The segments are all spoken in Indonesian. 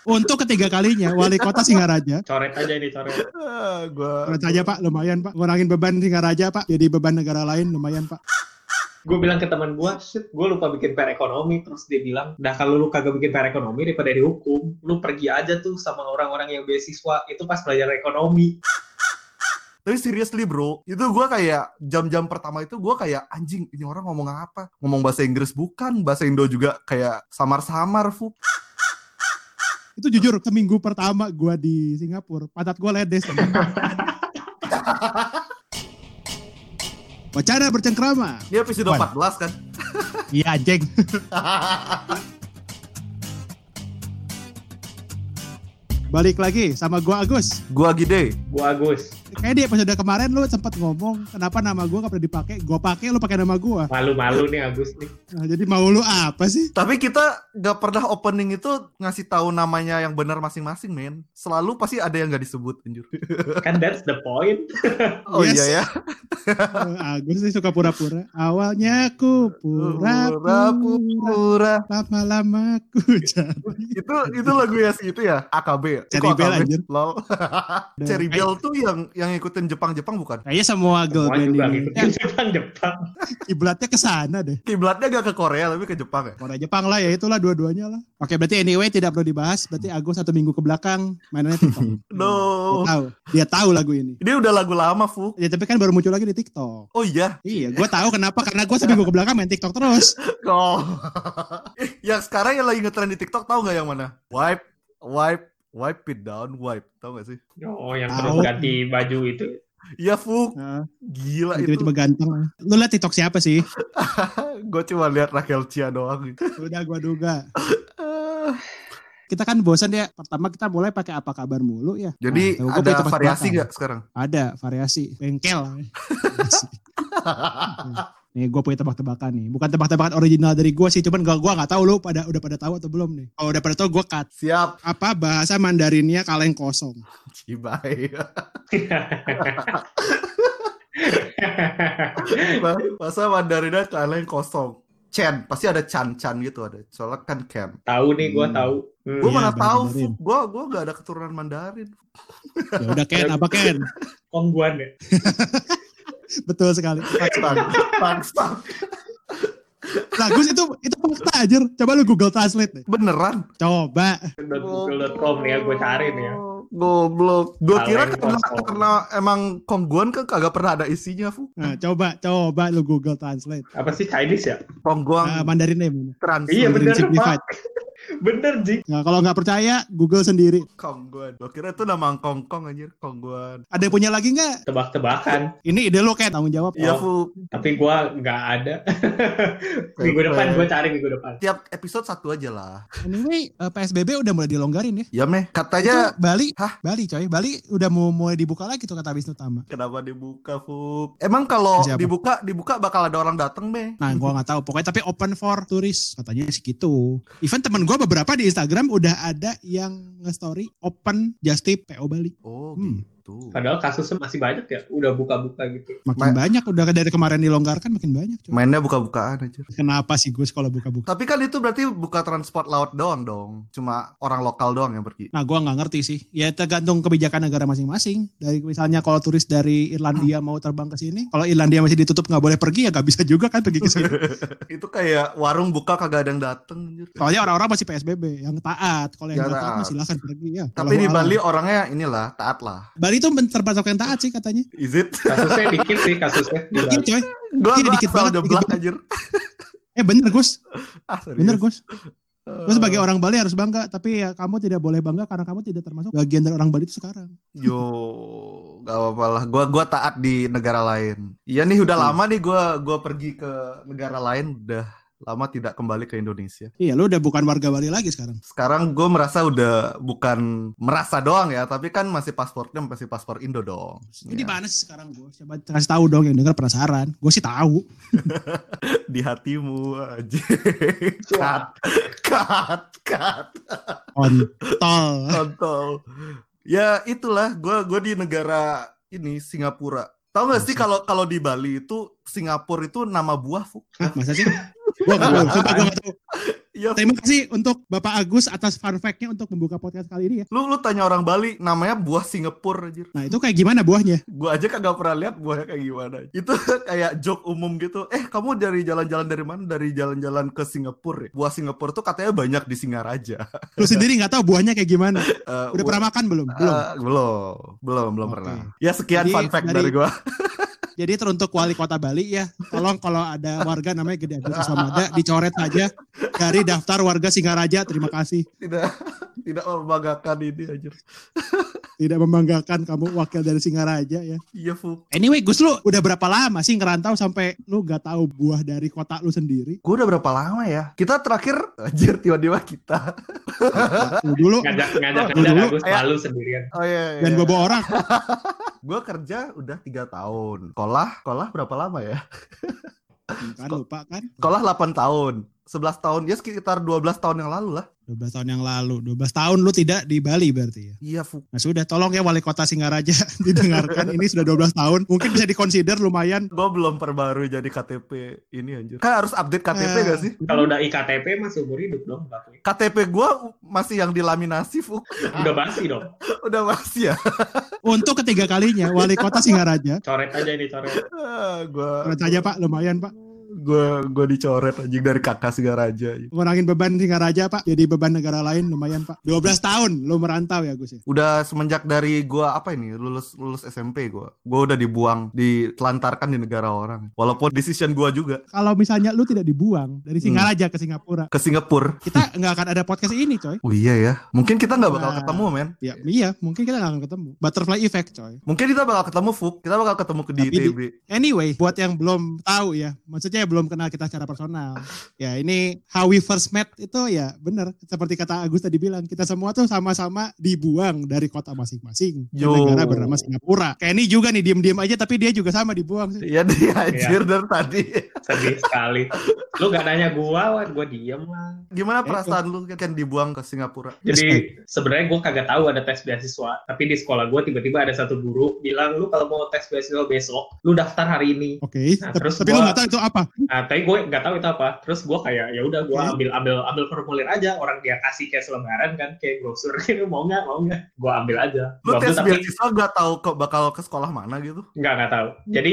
Untuk ketiga kalinya wali kota Singaraja. Coret aja ini, coret. Coret aja Pak, lumayan Pak. Ngurangin beban Singaraja Pak. Jadi beban negara lain lumayan Pak. Gue bilang ke teman gue, gue lupa bikin PR ekonomi. Terus dia bilang, dah kalau lu kagak bikin PR ekonomi daripada dihukum, lu pergi aja tuh sama orang-orang yang beasiswa. Itu pas belajar ekonomi. Tapi seriously bro, itu gue kayak jam-jam pertama itu gue kayak anjing, ini orang ngomong apa? Ngomong bahasa Inggris bukan, bahasa Indo juga kayak samar-samar, Fuk. Itu jujur, seminggu pertama gue di Singapura, pantat gue ledes. Wacana bercengkrama. Ini episode 14 kan? Iya anjing. Balik lagi sama gue Agus. Gue Gide. Gue Agus. Kayak di episode kemarin lu sempat ngomong kenapa nama gue gak pernah dipakai. Gue pakai, lu pakai nama gue. Malu-malu nih Agus nih. Nah, jadi mau lu apa sih? Tapi kita gak pernah opening itu ngasih tahu namanya yang benar masing-masing, men. Selalu pasti ada yang gak disebut, anjir. Kan that's the point. Oh yes. Iya ya. Agus sih suka pura-pura. Awalnya aku pura-pura. Lama-lama aku jadi. Itu lagu ya itu ya? AKB ya? Cherry Bell anjir. Lol. Cherry Bell tuh yang ngikutin Jepang-Jepang bukan? Kayaknya semua girl band ini. Jepang. Kiblatnya ke sana deh. Kiblatnya gak ke Korea tapi ke Jepang ya? Korea Jepang lah ya, itulah dua-duanya lah. Oke, berarti anyway tidak perlu dibahas. Berarti Agus 1 minggu ke belakang mainannya TikTok. No. Dia tahu lagu ini. Ini udah lagu lama, Fu. Ya tapi kan baru muncul lagi di TikTok. Oh iya? Iya, gue tahu kenapa, karena gue 1 minggu ke belakang main TikTok terus. Oh. Yang sekarang yang lagi ngetren di TikTok tahu nggak yang mana? Wipe it down, wipe. Tahu nggak sih? Oh, yang terus ganti baju itu. Iya, Fuk. Gila itu. Tiba-tiba ganteng. Lu liat TikTok siapa sih? Gue cuma lihat Rachel Chia doang. Udah gue duga. Kita kan bosan ya. Pertama kita mulai pakai apa kabar mulu ya. Jadi ada variasi nggak sekarang? Ada variasi. Bengkel. Nih gue punya tebak-tebakan nih. Bukan tebak-tebakan original dari gue sih. Cuman gue gak tahu lu udah pada tahu atau belum nih. Kalau udah pada tahu gue cut. Siap. Apa bahasa Mandarinnya kaleng kosong? Cibai. Bahasa Mandarinnya kaleng kosong. Chan, pasti ada Chan gitu ada. Soalnya kan Cam. Tahu nih, gue tahu. Gue mana tahu, gue gak ada keturunan Mandarin. Ya udah Ken, apa Ken? Kongguan ya. Betul sekali. Paksa. Bagus itu fakta aja. Coba lu Google Translate deh. Beneran? Coba. Google.com nih ya, gue cari nih ya. Goblok. Gue kira karena emang Kongguan kan kagak pernah ada isinya, Fu. Nah, coba lu Google Translate. Apa sih Chinese ya? Kongguan. Mandarinnya mana? Iya bener Pak. Bener Jik. Nah, kalau nggak percaya Google sendiri. Kongguan. Gue kira itu nama Kongkong anjir. Kongguan. Ada yang punya lagi nggak? Tebak-tebakan. Ini ide lo kayak tanggung jawab. Iya Fu. Tapi gue nggak ada. Minggu depan gue cari minggu depan. Tiap episode 1 aja lah. Anyway, PSBB udah mulai dilonggarin ya. Ya meh. Katanya itu Bali. Bali coy. Bali udah mulai dibuka lagi tuh kata Wisnu Tama. Kenapa dibuka Fu? Emang kalau dibuka bakal ada orang dateng meh? Nah gue nggak tahu. Pokoknya tapi open for turis katanya segitu. Even temen gue beberapa di Instagram udah ada yang nge-story open just tip PO Bali. Oh gitu. Padahal kasusnya masih banyak ya. Udah buka-buka gitu. Makin banyak. Udah dari kemarin dilonggarkan makin banyak. Coba. Mainnya buka-bukaan aja. Kenapa sih Gus kalau buka-buka? Tapi kan itu berarti buka transport laut doang dong. Cuma orang lokal doang yang pergi. Nah gue gak ngerti sih. Ya tergantung kebijakan negara masing-masing. Dari misalnya kalau turis dari Irlandia mau terbang ke sini. Kalau Irlandia masih ditutup gak boleh pergi ya gak bisa juga kan pergi ke sini. Itu kayak warung buka kagak ada yang dateng. Soalnya orang-orang masih PSBB. Yang taat. Kalau yang gak taat silakan pergi ya. Tapi di Bali orangnya inilah taat lah. Bali itu termasuk yang taat sih katanya. Is it? Kasusnya dikit sih kasusnya. Dikit coy. Gue dikit banget. Jeblak anjir. Bener Gus. Bener Gus. Lu sebagai Oh. orang Bali harus bangga. Tapi ya kamu tidak boleh bangga karena kamu tidak termasuk bagian dari orang Bali itu sekarang. Yo, gak apa-apa lah. Gua taat di negara lain. Iya nih udah lama nih gua pergi ke negara lain. Udah lama tidak kembali ke Indonesia. Iya, lu udah bukan warga Bali lagi sekarang. Sekarang gue merasa udah bukan merasa doang ya, tapi kan masih paspornya masih paspor Indo dong. Ini mana sih sekarang gue? Coba kasih tahu dong yang denger penasaran. Gue sih tahu. Di hatimu aja. Cut. Kontol. Ya itulah, gue di negara ini Singapura. Tahu nggak sih kalau di Bali itu Singapura itu nama buah, Fu? Hah, masa sih? Gue nggak tahu. Iya. Terima kasih untuk Bapak Agus atas fun fact-nya untuk membuka podcast kali ini ya. Lu tanya orang Bali, namanya buah Singapura anjir. Nah itu kayak gimana buahnya? Gua aja kagak pernah lihat buahnya kayak gimana. Itu kayak joke umum gitu. Kamu dari jalan-jalan dari mana? Dari jalan-jalan ke Singapura ya? Buah Singapura tuh katanya banyak di Singaraja. Lu sendiri nggak tahu buahnya kayak gimana? Udah pernah makan belum? Belum Oke. pernah. Ya sekian Jadi, fun fact dari gua. Jadi teruntuk wali kota Bali ya, tolong kalau ada warga namanya Gede Agus Wiswamada dicoret saja dari daftar warga Singaraja. Terima kasih. Tidak membanggakan ini aja. Tidak membanggakan kamu wakil dari Singaraja ya. Iya, Fu. Anyway, Gus lu udah berapa lama sih ngerantau sampai lu nggak tahu buah dari kota lu sendiri? Gue udah berapa lama ya? Kita terakhir anjir tiba-tiba kita. Dulu ngajak dulu, Agus malu sendirian. Oh iya. dan bawa orang. Gue kerja udah 3 tahun. Sekolah berapa lama ya? Kan lupa kan? Sekolah 8 tahun. 11 tahun, ya sekitar 12 tahun yang lalu lah. 12 tahun yang lalu. 12 tahun lu tidak di Bali berarti ya? Iya, Fu. Nah sudah, tolong ya wali kota Singaraja didengarkan. Ini sudah 12 tahun. Mungkin bisa dikonsider lumayan. Gue belum perbarui jadi KTP ini anjir. Kan harus update KTP gak sih? Kalau udah IKTP masih umur hidup dong, Pak. KTP gue masih yang dilaminasi, Fu. Udah basi dong. Udah masih ya. Untuk ketiga kalinya, wali kota Singaraja. Coret aja ini, coret. Coret saja Pak, lumayan Pak. Gue dicoret anjing dari kakak Singaraja. Ngurangin beban Singaraja Pak, jadi beban negara lain lumayan Pak. 12 tahun lu merantau ya Gus ya? Udah semenjak dari gue apa ini lulus SMP gue udah dibuang, ditelantarkan di negara orang. Walaupun decision gue juga Kalau misalnya lu tidak dibuang dari Singaraja ke Singapura, ke Singapura. kita nggak akan ada podcast ini coy. Oh iya ya, mungkin kita nggak bakal Nah. ketemu men. Ya iya, mungkin kita nggak akan ketemu. Butterfly effect coy. Mungkin kita bakal ketemu Fuk, kita bakal ketemu di Tapi ITB. Anyway, buat yang belum tahu ya, maksudnya belum kenal kita secara personal. Ya ini how we first met itu ya bener. Seperti kata Agus tadi bilang, kita semua tuh sama-sama dibuang dari kota masing-masing. Ke Yo. negara bernama Singapura. Kayak ini juga nih, diem-diem aja tapi dia juga sama dibuang sih. Iya dia anjir dari tadi. Sedih sekali. Lu gak nanya gua diem lah. Gimana perasaan lu kan dibuang ke Singapura? Jadi sebenarnya gue kagak tahu ada tes beasiswa, tapi di sekolah gue tiba-tiba ada satu guru bilang lu kalau mau tes beasiswa besok, lu daftar hari ini. Oke. Nah, terus Tapi lu nggak tahu itu apa. Nah, tapi gue nggak tahu itu apa. Terus gue kayak ya udah gue ambil formulir aja. Orang dia kasih kayak selebaran kan, kayak brosur gitu. Mau nggak? Gue ambil aja. Lu Gua ambil, tes tapi beasiswa gak tahu kok bakal ke sekolah mana gitu? nggak tahu. Jadi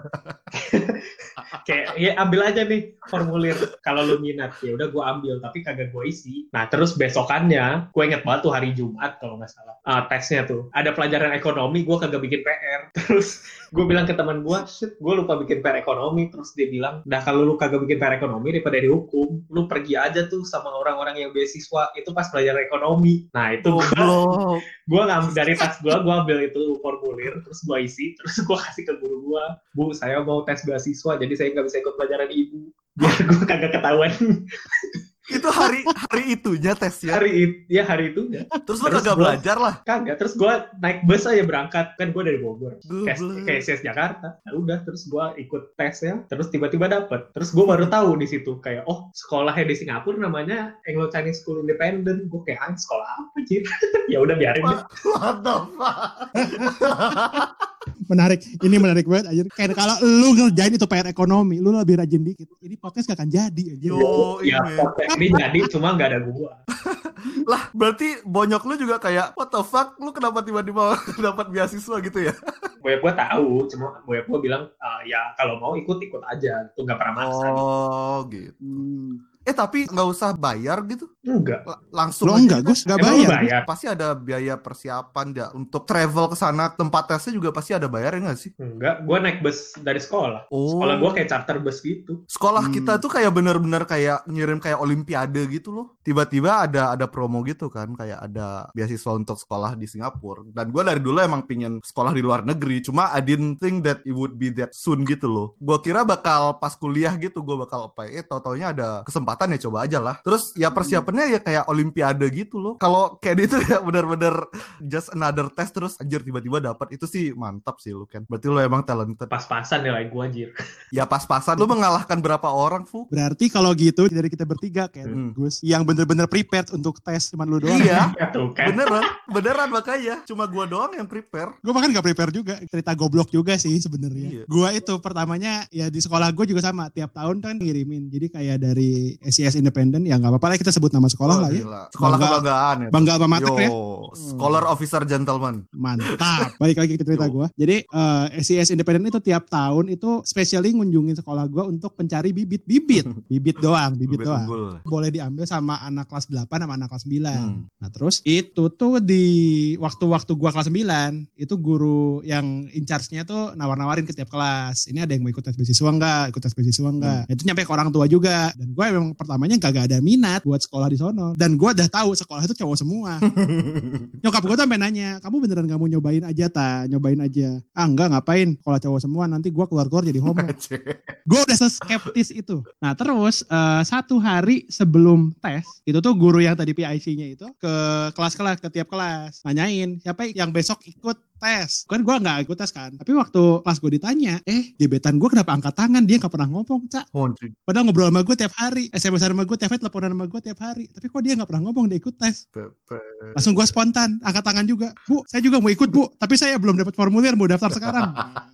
kayak ya ambil aja nih formulir. Kalau lu minat ya udah gue ambil, tapi kagak gue isi. Nah terus besokannya gue inget banget tuh hari Jumat kalau nggak salah tesnya tuh ada pelajaran ekonomi, gue kagak bikin PR. Terus gue bilang ke teman gue, gue lupa bikin PR ekonomi. Terus dia bilang, dah kalau lu kagak bikin PR ekonomi daripada dihukum, lu pergi aja tuh sama orang-orang yang beasiswa itu pas pelajaran ekonomi. Nah itu gue ngambil dari tas gue ambil itu formulir, terus gue isi, terus gue kasih ke guru gue, Bu saya mau tes beasiswa jadi saya nggak bisa ikut pelajaran ibu, biar gue kagak ketahuan. Itu hari itunya tesnya. Hari itu ya. Terus lu kagak belajar lah. Kagak, terus gue naik bus aja berangkat, kan gue dari Bogor, Goblok. kayak CS Jakarta. Nah, udah, terus gue ikut tesnya, terus tiba-tiba dapet. Terus gue baru tahu di situ kayak, oh sekolahnya di Singapura namanya Anglo Chinese School Independent. Gue kayak, sekolah apa sih? Ya udah biarin deh. What the fuck? Menarik, ini menarik banget aja. Kayak kalau lu ngerjain itu PR ekonomi, lu lebih rajin dikit, ini podcast gak akan jadi aja. Yo, Ya ini. podcast ini jadi, cuma nggak ada gue. Lah, berarti bonyok lu juga kayak what the fuck, lu kenapa tiba-tiba dapat beasiswa gitu ya? Bokap gue tahu, cuma bokap gue bilang, ya kalau mau ikut aja, tuh nggak pernah maksa. Oh, gitu. Tapi nggak usah bayar gitu? Enggak. Langsung Lo aja enggak kan? Gus, gak Emang lu bayar. bayar? Pasti ada biaya persiapan ya untuk travel ke sana, tempat tesnya juga pasti ada bayarnya nggak sih? Enggak, gue naik bus dari sekolah. Oh. Sekolah gue kayak charter bus gitu. Sekolah kita tuh kayak bener-bener kayak ngirim kayak olimpiade gitu loh. Tiba-tiba ada promo gitu kan, kayak ada beasiswa untuk sekolah di Singapura. Dan gue dari dulu emang pingin sekolah di luar negeri, cuma I didn't think that it would be that soon gitu loh. Gue kira bakal pas kuliah gitu gue bakal apply, tau-taunya ada kesempatan ya coba aja lah. Terus ya persiapannya ya kayak olimpiade gitu loh. Kalau kayak itu ya bener-bener just another test terus anjir tiba-tiba dapat, itu sih mantap sih lu kan. Berarti lu emang talented. Pas-pasan nilai gue anjir. Ya pas-pasan. Lu mengalahkan berapa orang, Fu? Berarti kalau gitu dari kita bertiga kayak Gus yang bener-bener prepared untuk tes cuman lu doang. Iya. Ya tuh kan. Beneran makanya. Cuma gua doang yang prepare. Gue bahkan gak prepare juga. Cerita goblok juga sih sebenarnya. Iya. Gue itu pertamanya ya di sekolah gue juga sama. Tiap tahun kan ngirimin. Jadi kayak dari SIS Independen, ya nggak apa-apa lah kita sebut nama sekolah lah ya. Gila. Sekolah kebanggaan ya. Bangga sama mater ya. Scholar Officer Gentleman. Mantap. Balik lagi ke cerita gue. Jadi SIS Independen itu tiap tahun itu specially ngunjungin sekolah gue untuk mencari bibit doang. Unggul. Boleh diambil sama anak kelas 8 sama anak kelas 9. Nah terus itu tuh di waktu-waktu gue kelas 9 itu guru yang in charge-nya tuh nawar-nawarin ke tiap kelas. Ini ada yang mau ikut tes beasiswa enggak? Nah, itu nyampe ke orang tua juga. Dan gue emang pertamanya kagak ada minat buat sekolah di sono. Dan gue udah tahu sekolah itu cowok semua. Nyokap gue tuh sampai nanya, kamu beneran gak mau nyobain aja? Enggak, ngapain? Sekolah cowok semua, nanti gue keluar-keluar jadi homo. Gue udah skeptis itu. Nah terus satu hari sebelum tes, itu tuh guru yang tadi PIC-nya itu ke kelas-kelas, ke tiap kelas. Nanyain, siapa yang besok ikut tes? Kan gue gak ikut tes kan. Tapi waktu pas gue ditanya, gebetan gue kenapa angkat tangan? Dia gak pernah ngomong, Cak. Padahal ngobrol sama gue tiap hari. SMS sama gue tiap hari, teleponan sama gue tiap hari. Tapi kok dia gak pernah ngomong dia ikut tes? Langsung gue spontan, angkat tangan juga. Bu, saya juga mau ikut, Bu. Tapi saya belum dapat formulir, mau daftar sekarang.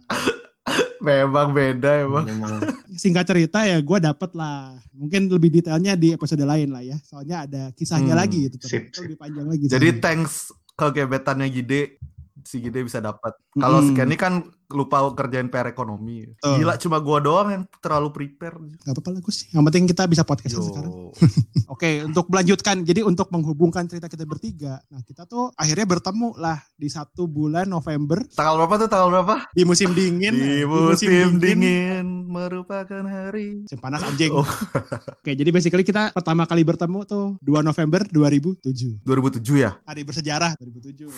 Memang beda emang. Singkat cerita ya gue dapet lah. Mungkin lebih detailnya di episode lain lah ya. Soalnya ada kisahnya lagi itu. Lebih panjang lagi. Jadi thanks ke gebetannya Gide, si Gide bisa dapat. Kalau si Kenny kan lupa kerjain PR ekonomi. Gila, cuma gua doang yang terlalu prepare. Gak apa-apa lah Gus. Yang penting kita bisa podcast sekarang. Oke, untuk melanjutkan. Jadi untuk menghubungkan cerita kita bertiga. Nah kita tuh akhirnya bertemu lah di 1 bulan November. Tanggal berapa? Di musim dingin. Di musim dingin merupakan hari. Musim panas anjing. Oke, jadi basically kita pertama kali bertemu tuh 2 November 2007. 2007 ya? Hari bersejarah 2007.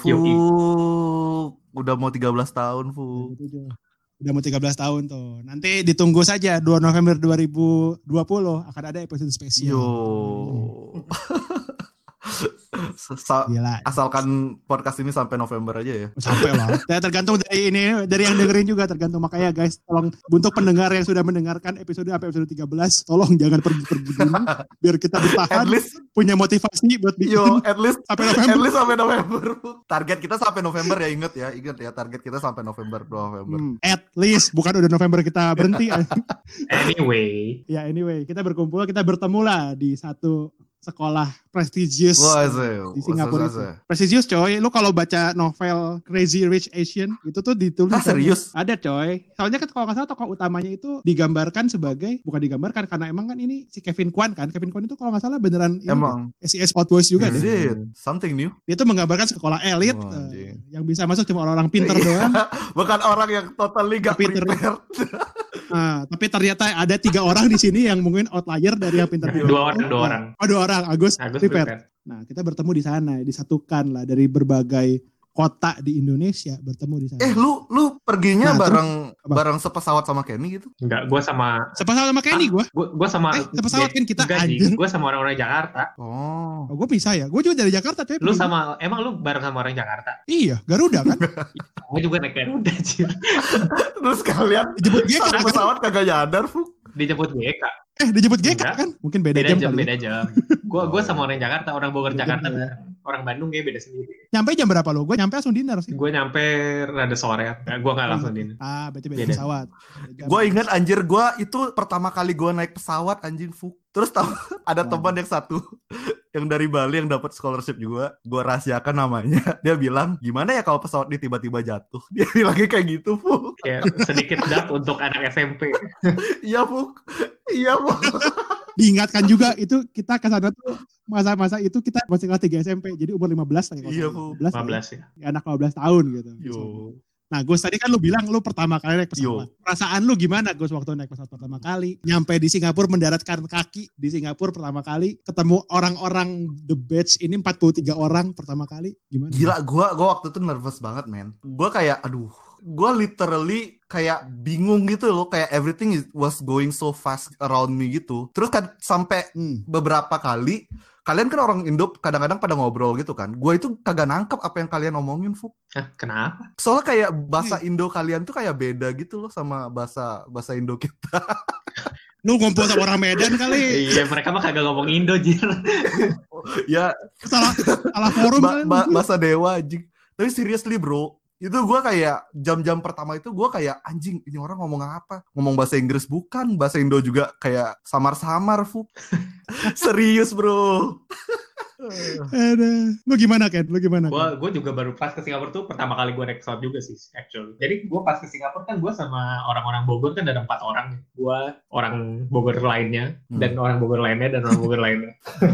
Udah mau 13 tahun, Fu. Udah mau 13 tahun tuh. Nanti ditunggu saja 2 November 2020 akan ada episode spesial. Gila. Asalkan podcast ini sampai November aja ya. Sampai lah. Tergantung dari yang dengerin juga tergantung. Makanya guys, tolong untuk pendengar yang sudah mendengarkan episode sampai episode 13, tolong jangan pergi-pergi dulu biar kita bertahan. Punya motivasi buat bikin. At least sampai November. Target kita sampai November ya, ingat ya target kita sampai November. At least bukan udah November kita berhenti. Anyway, kita berkumpul, kita bertemu lah di satu sekolah prestigious di Singapura itu. Prestigious coy, lu kalau baca novel Crazy Rich Asian itu tuh ditulis serius? Ada coy. Soalnya kan kalau nggak salah tokoh utamanya itu digambarkan sebagai, bukan digambarkan karena emang kan ini si Kevin Kwan itu kalau nggak salah beneran emang SIS Outboys juga deh. Something new. Dia tuh menggambarkan sekolah elit yang bisa masuk cuma orang-orang pinter doang. Bukan orang yang totally gak prepared. Tapi ternyata ada 3 orang di sini yang mungkin outlier dari yang pinter. 2 orang. Oh 2 orang. Agus prepare. Nah kita bertemu di sana, disatukan lah dari berbagai kota di Indonesia bertemu di sana. Lu perginya bareng sepesawat sama Kenny gitu? Enggak, gue sama sepesawat sama Kenny gue sama sepesawat kan kita anjing. Gue sama orang-orang Jakarta. Oh gue bisa ya, gue juga dari Jakarta coy. Emang lu bareng sama orang Jakarta? Iya, Garuda kan. Gue juga naik Garuda sih. Terus kalian dijemput GK pesawat kagak nyadar, Fu. Dijemput GK. Dijemput GK kan? Mungkin beda jam. Beda jam. Gue sama orang Jakarta, orang Bogor Jakarta. Orang Bandung kayak beda sendiri. Nyampe jam berapa lo? Gue nyampe langsung dinner sih. Gue nyampe rada sore. Gue gak langsung dinner. Berarti beda pesawat. Gue ingat anjir, gue itu pertama kali gue naik pesawat anjing, Fu. Terus ada teman yang satu yang dari Bali yang dapat scholarship juga, gue rahasiakan namanya. Dia bilang, gimana ya kalau pesawat ini tiba-tiba jatuh? Dia bilangnya kayak gitu, Fu. Ya, sedikit dark untuk anak SMP. Iya, Fu. Diingatkan juga itu kita ke sana tuh masa-masa itu kita masih kelas 3 SMP. Jadi umur 15 lah. Iya, Fu. 15 ya. Anak 15 tahun gitu. Nah Gus tadi kan lu bilang lu pertama kali naik pesawat. Perasaan lu gimana Gus waktu naik pesawat pertama kali? Nyampe di Singapura mendaratkan kaki di Singapura pertama kali. Ketemu orang-orang the batch ini 43 orang pertama kali. Gimana? Gila gua waktu itu nervous banget men. Gua kayak gue literally kayak bingung gitu loh, kayak everything was going so fast around me gitu. Terus kan sampai beberapa kali, kalian kan orang Indo kadang-kadang pada ngobrol gitu kan. Gue itu kagak nangkep apa yang kalian omongin, Fu. Kenapa? Soalnya kayak bahasa Indo kalian tuh kayak beda gitu loh sama bahasa Indo kita. Lu ngumpul sama orang Medan kali. Iya, mereka mah kagak ngomong Indo, Jir. Ya, salah forum bahasa dewa, anjing. Tapi seriously bro, Itu gue kayak jam-jam pertama itu gue kayak anjing ini orang ngomong apa? Ngomong bahasa Inggris bukan, bahasa Indo juga kayak samar-samar, Fu. Serius, bro. Aduh. Lu gimana Ken? Gue juga baru pas ke Singapura tuh pertama kali gue naik pesawat juga sih actually. Jadi gue pas ke Singapura kan gue sama orang-orang Bogor kan ada 4 orang. Gue orang Bogor lainnya dan orang Bogor lainnya dan orang Bogor lainnya.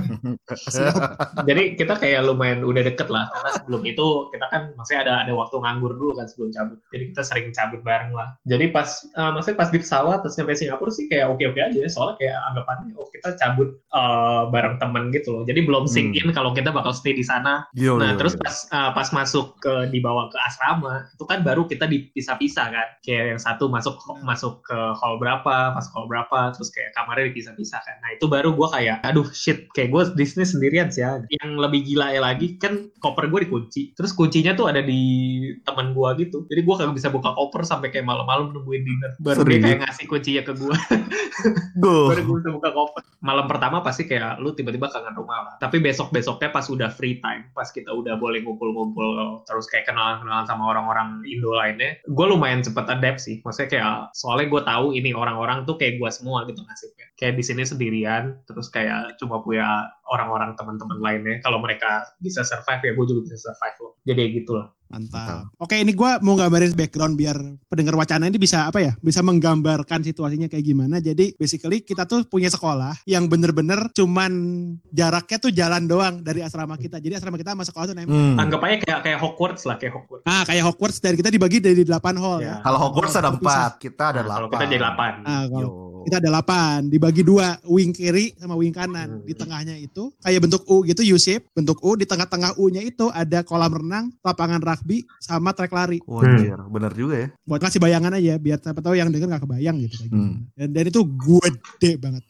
Jadi kita kayak lumayan udah deket lah karena sebelum itu kita kan maksudnya ada waktu nganggur dulu kan sebelum cabut. Jadi kita sering cabut bareng lah. Jadi maksudnya pas di pesawat terus sampai Singapura sih kayak oke-oke aja soalnya kayak anggapannya kita cabut bareng teman gitu loh. Jadi belum sync in kalau kita bakal stay di sana. Terus pas masuk dibawa ke asrama itu kan baru kita dipisah-pisah kan. Kayak yang satu masuk ke hall berapa, masuk hall berapa, terus kayak kamarnya dipisah-pisah kan. Nah itu baru gue kayak aduh shit kayak gue di sini sendirian sih ya. Yang lebih gila lagi kan koper gue dikunci. Terus kuncinya tuh ada di teman gue gitu. Jadi gue kagak bisa buka koper sampai kayak malam-malam nungguin dinner. Baru dia kayak ngasih kuncinya ke gue. Baru gue bisa buka koper. Malam pertama pasti kayak lu tiba-tiba kangen rumah lah. Tapi besoknya pas udah free time, pas kita udah boleh ngumpul-ngumpul terus kayak kenalan-kenalan sama orang-orang Indo lainnya, gue lumayan cepet adapt sih. Maksudnya kayak soalnya gue tahu ini orang-orang tuh kayak gue semua gitu nasibnya. Kayak di sini sendirian, terus kayak cuma punya orang-orang teman-teman lainnya. Kalau mereka bisa survive ya gue juga bisa survive loh. Jadi gitu lah. Mantap. Oke, ini gue mau gambarin background biar pendengar wacana ini bisa bisa menggambarkan situasinya kayak gimana. Jadi basically kita tuh punya sekolah yang bener-bener cuman jaraknya tuh jalan doang dari asrama kita. Jadi asrama kita sama sekolah tuh nempel. Anggap aja kayak Hogwarts lah, kayak Hogwarts. Kayak Hogwarts dan kita dibagi dari 8 hall ya. Kalau Hogwarts ada 4, kita ada 8. Kalau kita jadi 8. Kita ada 8, dibagi 2, wing kiri sama wing kanan. Di tengahnya itu kayak bentuk U gitu, U-shape, bentuk U. Di tengah-tengah U-nya itu ada kolam renang, lapangan rugby, sama trek lari. Bener juga ya. Buat ngasih bayangan aja, biar siapa tahu yang denger gak kebayang gitu. Dan itu gede banget.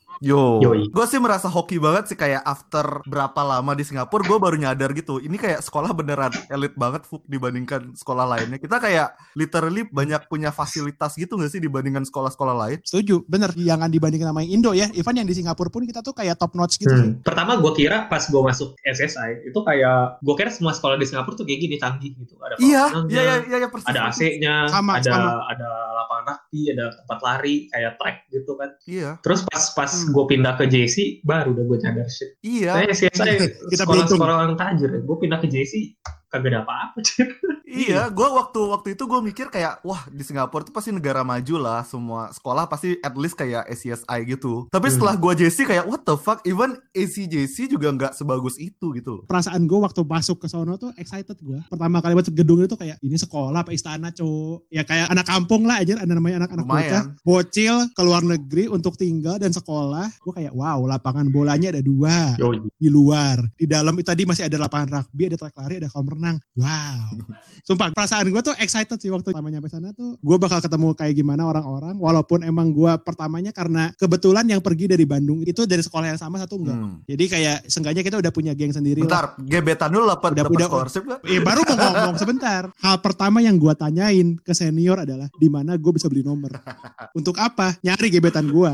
Gue sih merasa hoki banget sih kayak after berapa lama di Singapura gue baru nyadar gitu. Ini kayak sekolah beneran elit banget dibandingkan sekolah lainnya. Kita kayak literally banyak punya fasilitas gitu gak sih dibandingkan sekolah-sekolah lain? Setuju, bener. Jangan dibandingkan sama yang Indo ya. Even yang di Singapura pun kita tuh kayak top notch gitu sih. Pertama gue kira pas gue masuk SSI itu kayak gue kira semua sekolah di Singapura tuh kayak gini canggih gitu. Ada persis. Ada AC-nya, sama. ada lapangan rugby, ada tempat lari kayak track gitu kan. Iya. Terus pas gue pindah ke JC baru udah gue sadar shit. Iya. Saya sekolah-sekolah orang tajir. Gue pindah ke JC kagak ada apa-apa. Iya, gue waktu itu gue mikir kayak wah di Singapura tuh pasti negara maju lah, semua sekolah pasti at least kayak ACSI gitu. Tapi setelah gue JC kayak what the fuck, even ACJC juga nggak sebagus itu gitu loh. Perasaan gue waktu masuk ke sono tuh excited gue. Pertama kali masuk gedung itu kayak ini sekolah apa istana cowok. Ya kayak anak kampung lah aja, ada namanya anak-anak bocah, bocil ke luar negeri untuk tinggal dan sekolah. Gue kayak wow, lapangan bolanya ada 2 di luar. Di dalam itu tadi masih ada lapangan rugby, ada track lari, ada kolam renang. Wow. Sumpah perasaan gue tuh excited sih waktu pertama nyampe sana tuh. Gue bakal ketemu kayak gimana orang-orang. Walaupun emang gue pertamanya karena kebetulan yang pergi dari Bandung itu dari sekolah yang sama satu enggak. Jadi kayak seenggaknya kita udah punya geng sendiri. Bentar, gebetan dulu dapat scholarship gak? Baru mau ngomong sebentar. Hal pertama yang gue tanyain ke senior adalah di mana gue bisa beli nomor. Untuk apa? Nyari gebetan gue.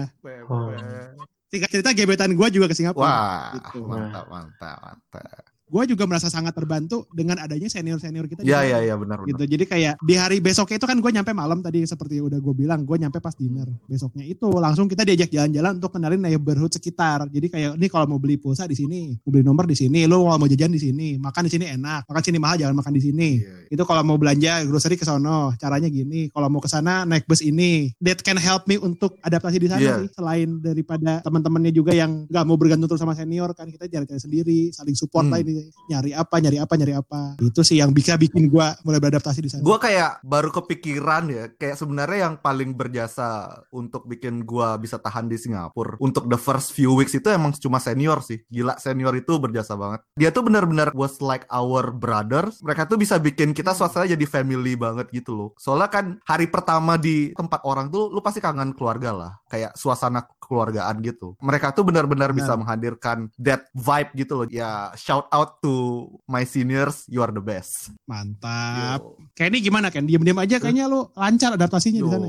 Singkat cerita gebetan gue juga ke Singapura. Wah, gitu. Mantap. Gue juga merasa sangat terbantu dengan adanya senior-senior kita. Iya benar. Gitu. Jadi kayak di hari besoknya itu kan gue nyampe malam tadi seperti udah gue bilang, gue nyampe pas dinner. Besoknya itu langsung kita diajak jalan-jalan untuk kenalin neighborhood sekitar. Jadi kayak ini kalau mau beli pulsa di sini, mau beli nomor di sini, lo kalau mau jajan di sini, makan di sini enak, makan sini mahal jangan makan di sini. Itu kalau mau belanja grocery ke sono, caranya gini. Kalau mau ke sana naik bus ini. That can help me untuk adaptasi di sana sih. Selain daripada teman-temannya juga yang nggak mau bergantung terus sama senior kan, kita cari-cari sendiri, saling support lah ini. Nyari apa. Itu sih yang bisa bikin gue mulai beradaptasi di sana. Gue kayak baru kepikiran ya, kayak sebenarnya yang paling berjasa untuk bikin gue bisa tahan di Singapura untuk the first few weeks itu emang cuma senior sih. Gila, senior itu berjasa banget. Dia tuh benar-benar was like our brothers. Mereka tuh bisa bikin kita suasana jadi family banget gitu loh. Soalnya kan hari pertama di tempat orang tuh lu pasti kangen keluarga lah. Kayak suasana keluargaan gitu. Mereka tuh benar-benar bisa menghadirkan that vibe gitu loh. Ya shout out to my seniors, you are the best. Mantap. Kayak ini gimana Ken? Diam-diam aja kayaknya lu lancar adaptasinya di sana ya.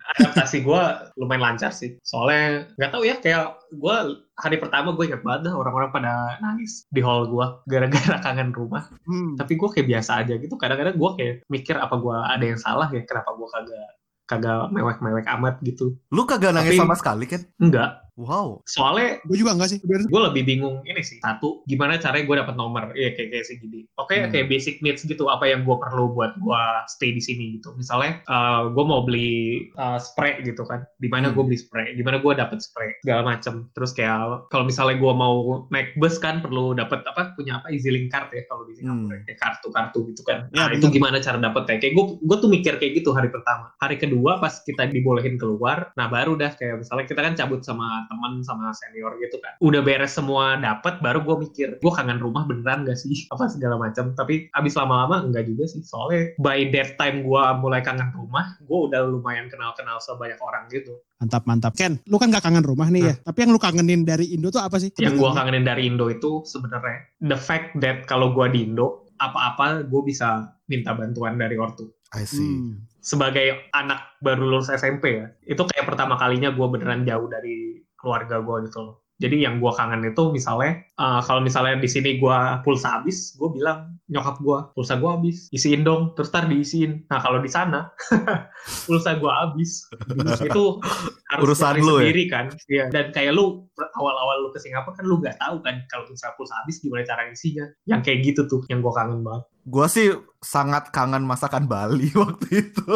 Adaptasi gue lumayan lancar sih. Soalnya nggak tahu ya, kayak gue hari pertama gue ingat banget dah orang-orang pada nangis di hall gue gara-gara kangen rumah. Tapi gue kayak biasa aja gitu. Kadang-kadang gue kayak mikir apa gue ada yang salah ya, kenapa gue kagak mewek-mewek amat gitu. Lu kagak nangis sama sekali kan? Enggak. Wow. Soalnya gue juga enggak sih. gue lebih bingung ini sih. Satu, gimana caranya gue dapat nomor? Iya kayak segini. Oke, kayak basic needs gitu. Apa yang gue perlu buat gue stay di sini gitu. Misalnya gue mau beli spray gitu kan. Di mana gue beli spray? Di mana gue dapat spray? Segala macem. Terus kayak kalau misalnya gue mau naik bus kan perlu dapat punya EasyLink card ya kalau di Singapura. Kayak kartu-kartu gitu kan. Ya, itu gimana cara dapet ya? Kayak gue tuh mikir kayak gitu hari pertama. Hari kedua pas kita dibolehin keluar, nah baru dah kayak misalnya kita kan cabut sama teman sama senior gitu kan, udah beres semua dapet, baru gue mikir gue kangen rumah beneran gak sih apa segala macam. Tapi abis lama-lama enggak juga sih, soalnya by that time gue mulai kangen rumah, gue udah lumayan kenal sebanyak orang gitu. Mantap. Ken, lu kan gak kangen rumah nih ya, tapi yang lu kangenin dari Indo tuh apa sih? Yang gue kangenin dari Indo itu sebenarnya the fact that kalau gue di Indo apa-apa gue bisa minta bantuan dari ortu. I see. Sebagai anak baru lulus SMP ya, itu kayak pertama kalinya gue beneran jauh dari keluarga gue gitu loh. Jadi yang gue kangen itu misalnya, kalau misalnya di sini gue pulsa habis, gue bilang nyokap gue, pulsa gue habis, isiin dong, terus ntar diisiin. Nah kalau di sana, pulsa gue habis, itu harus urusan lu sendiri kan. Ya. Dan kayak lu awal-awal lu ke Singapura kan lu gak tahu kan kalau misalnya pulsa habis gimana cara isinya. Yang kayak gitu tuh, yang gue kangen banget. Gue sih sangat kangen masakan Bali waktu itu.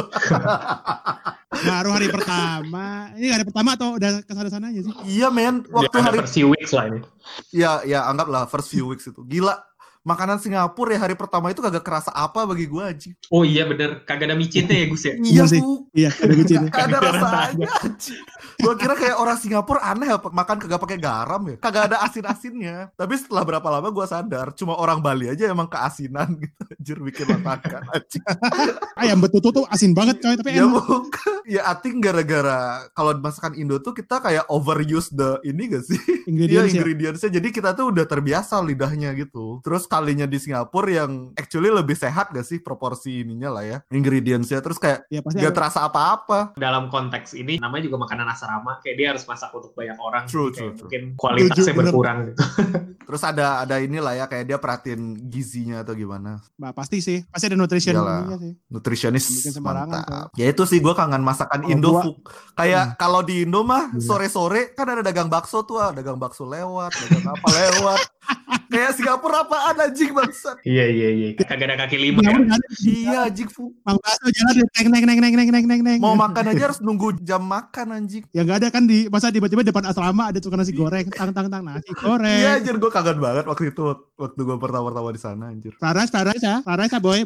Baru hari pertama. Ini hari pertama atau udah kesana-sana aja sih? Iya men, waktu ya, hari first few weeks lah ini. Ya anggaplah first few weeks itu. Gila, makanan Singapura ya hari pertama itu kagak kerasa apa bagi gue anjing. Oh iya bener, kagak ada micinnya ya Gus ya? Iya sih. Iya, ada micinnya. Kagak ada rasanya anjing. Gue kira kayak orang Singapura aneh makan kagak pakai garam ya. Kagak ada asin-asinnya. Tapi setelah berapa lama gue sadar, cuma orang Bali aja emang keasinan gitu. Anjir bikin makan anjing. Ayam betutu tuh asin banget coy, tapi enak. Ya I think gara-gara kalau masakan Indo tuh kita kayak overuse ini gak sih? Ingredientsnya. Jadi kita tuh udah terbiasa lidahnya gitu. Terus kalinya di Singapura yang actually lebih sehat gak sih proporsi ininya lah ya, ingredientsnya. Terus kayak gak terasa apa-apa. Dalam konteks ini namanya juga makanan asrama, kayak dia harus masak untuk banyak orang. True. Mungkin kualitasnya berkurang gitu. Terus ada inilah ya, kayak dia perhatiin gizinya atau gimana. Bah, pasti ada nutritionnya sih. Nutritionis mantap. Ya itu sih gue kangen masakan Indo. Kayak kalau di Indo mah sore-sore kan ada dagang bakso tuh, dagang bakso lewat, dagang apa lewat. Kayak Singapura apaan anjing bangsat. Iya. Kagak ada kaki lima ya. Iya anjing. Mang bakso jalan neng. Mau makan aja harus nunggu jam makan anjing. Ya enggak ada kan masa tiba-tiba depan asrama ada tukang nasi goreng, tang nasi goreng. Iya anjir, gue kangen banget waktu itu waktu gue pertama-tama di sana anjir. Paras boy.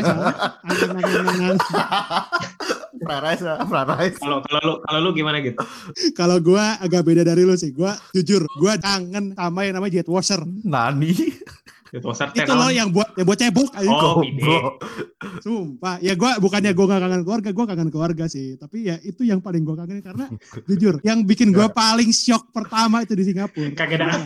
Kalau lu gimana gitu? Kalau gue agak beda dari lu sih. Gue jujur, gue kangen sama yang namanya jet washer. Nani? Jet washer itu loh yang buat cebok. Oh, bro. Sumpah, ya gue bukannya gue gak kangen keluarga, gue kangen keluarga sih. Tapi ya itu yang paling gue kangen karena jujur, yang bikin gue paling shock pertama itu di Singapura. Kagak ada.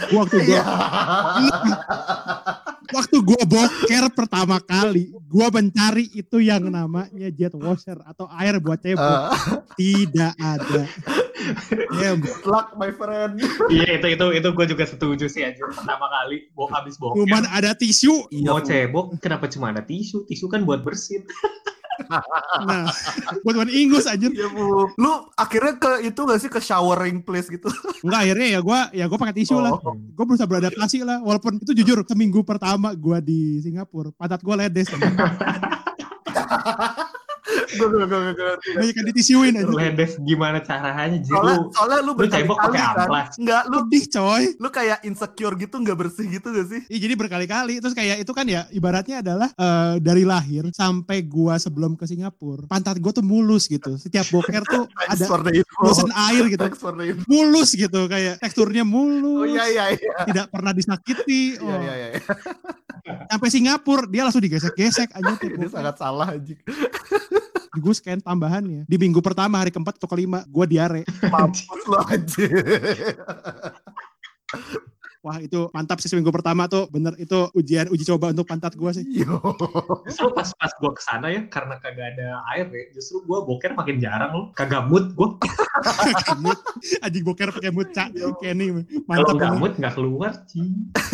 Waktu gue boker pertama kali, gue mencari itu yang namanya jet washer atau air buat cebok. Tidak ada. Luck my friend. Iya itu gue juga setuju sih aja. Pertama kali habis boker. Cuman ada tisu. Mau cebok, kenapa cuma ada tisu? Tisu kan buat bersin. Nah, buat ingus anjir. Ya, Bu. Lu akhirnya ke itu gak sih, ke showering place gitu? Enggak, akhirnya ya gue pakai tisu lah. Gue berusaha beradaptasi lah. Walaupun itu jujur seminggu pertama gue di Singapura, pantat gue ledes. Gue kan ditisuin aja. Ledes gimana caranya? Soalnya lu cebok pakai amplas. Enggak, lu pedih coy. Lu kayak insecure gitu, nggak bersih gitu gak sih? Iya, jadi berkali-kali. Terus kayak itu kan ya ibaratnya adalah dari lahir sampai gua sebelum ke Singapura, pantat gua tuh mulus gitu. Setiap boker tuh ada bosan air gitu. Mulus gitu, kayak teksturnya mulus. Oh iya. Tidak pernah disakiti. Iya. Sampai Singapura dia langsung digesek-gesek aja. Ini sangat salah anjing. Gue scan tambahannya. Di minggu pertama, hari keempat atau kelima, gue diare. Mampus lo anjing. Wah itu mantap sih seminggu pertama tuh, bener itu uji coba untuk pantat gue sih. Yo. Justru pas gue kesana ya, karena kagak ada air ya, justru gue boker makin jarang loh. Kagak mood gue. Mood, anjing boker pakai mood cak, Kenny Kalau mantap nggak banget. mood nggak keluar sih.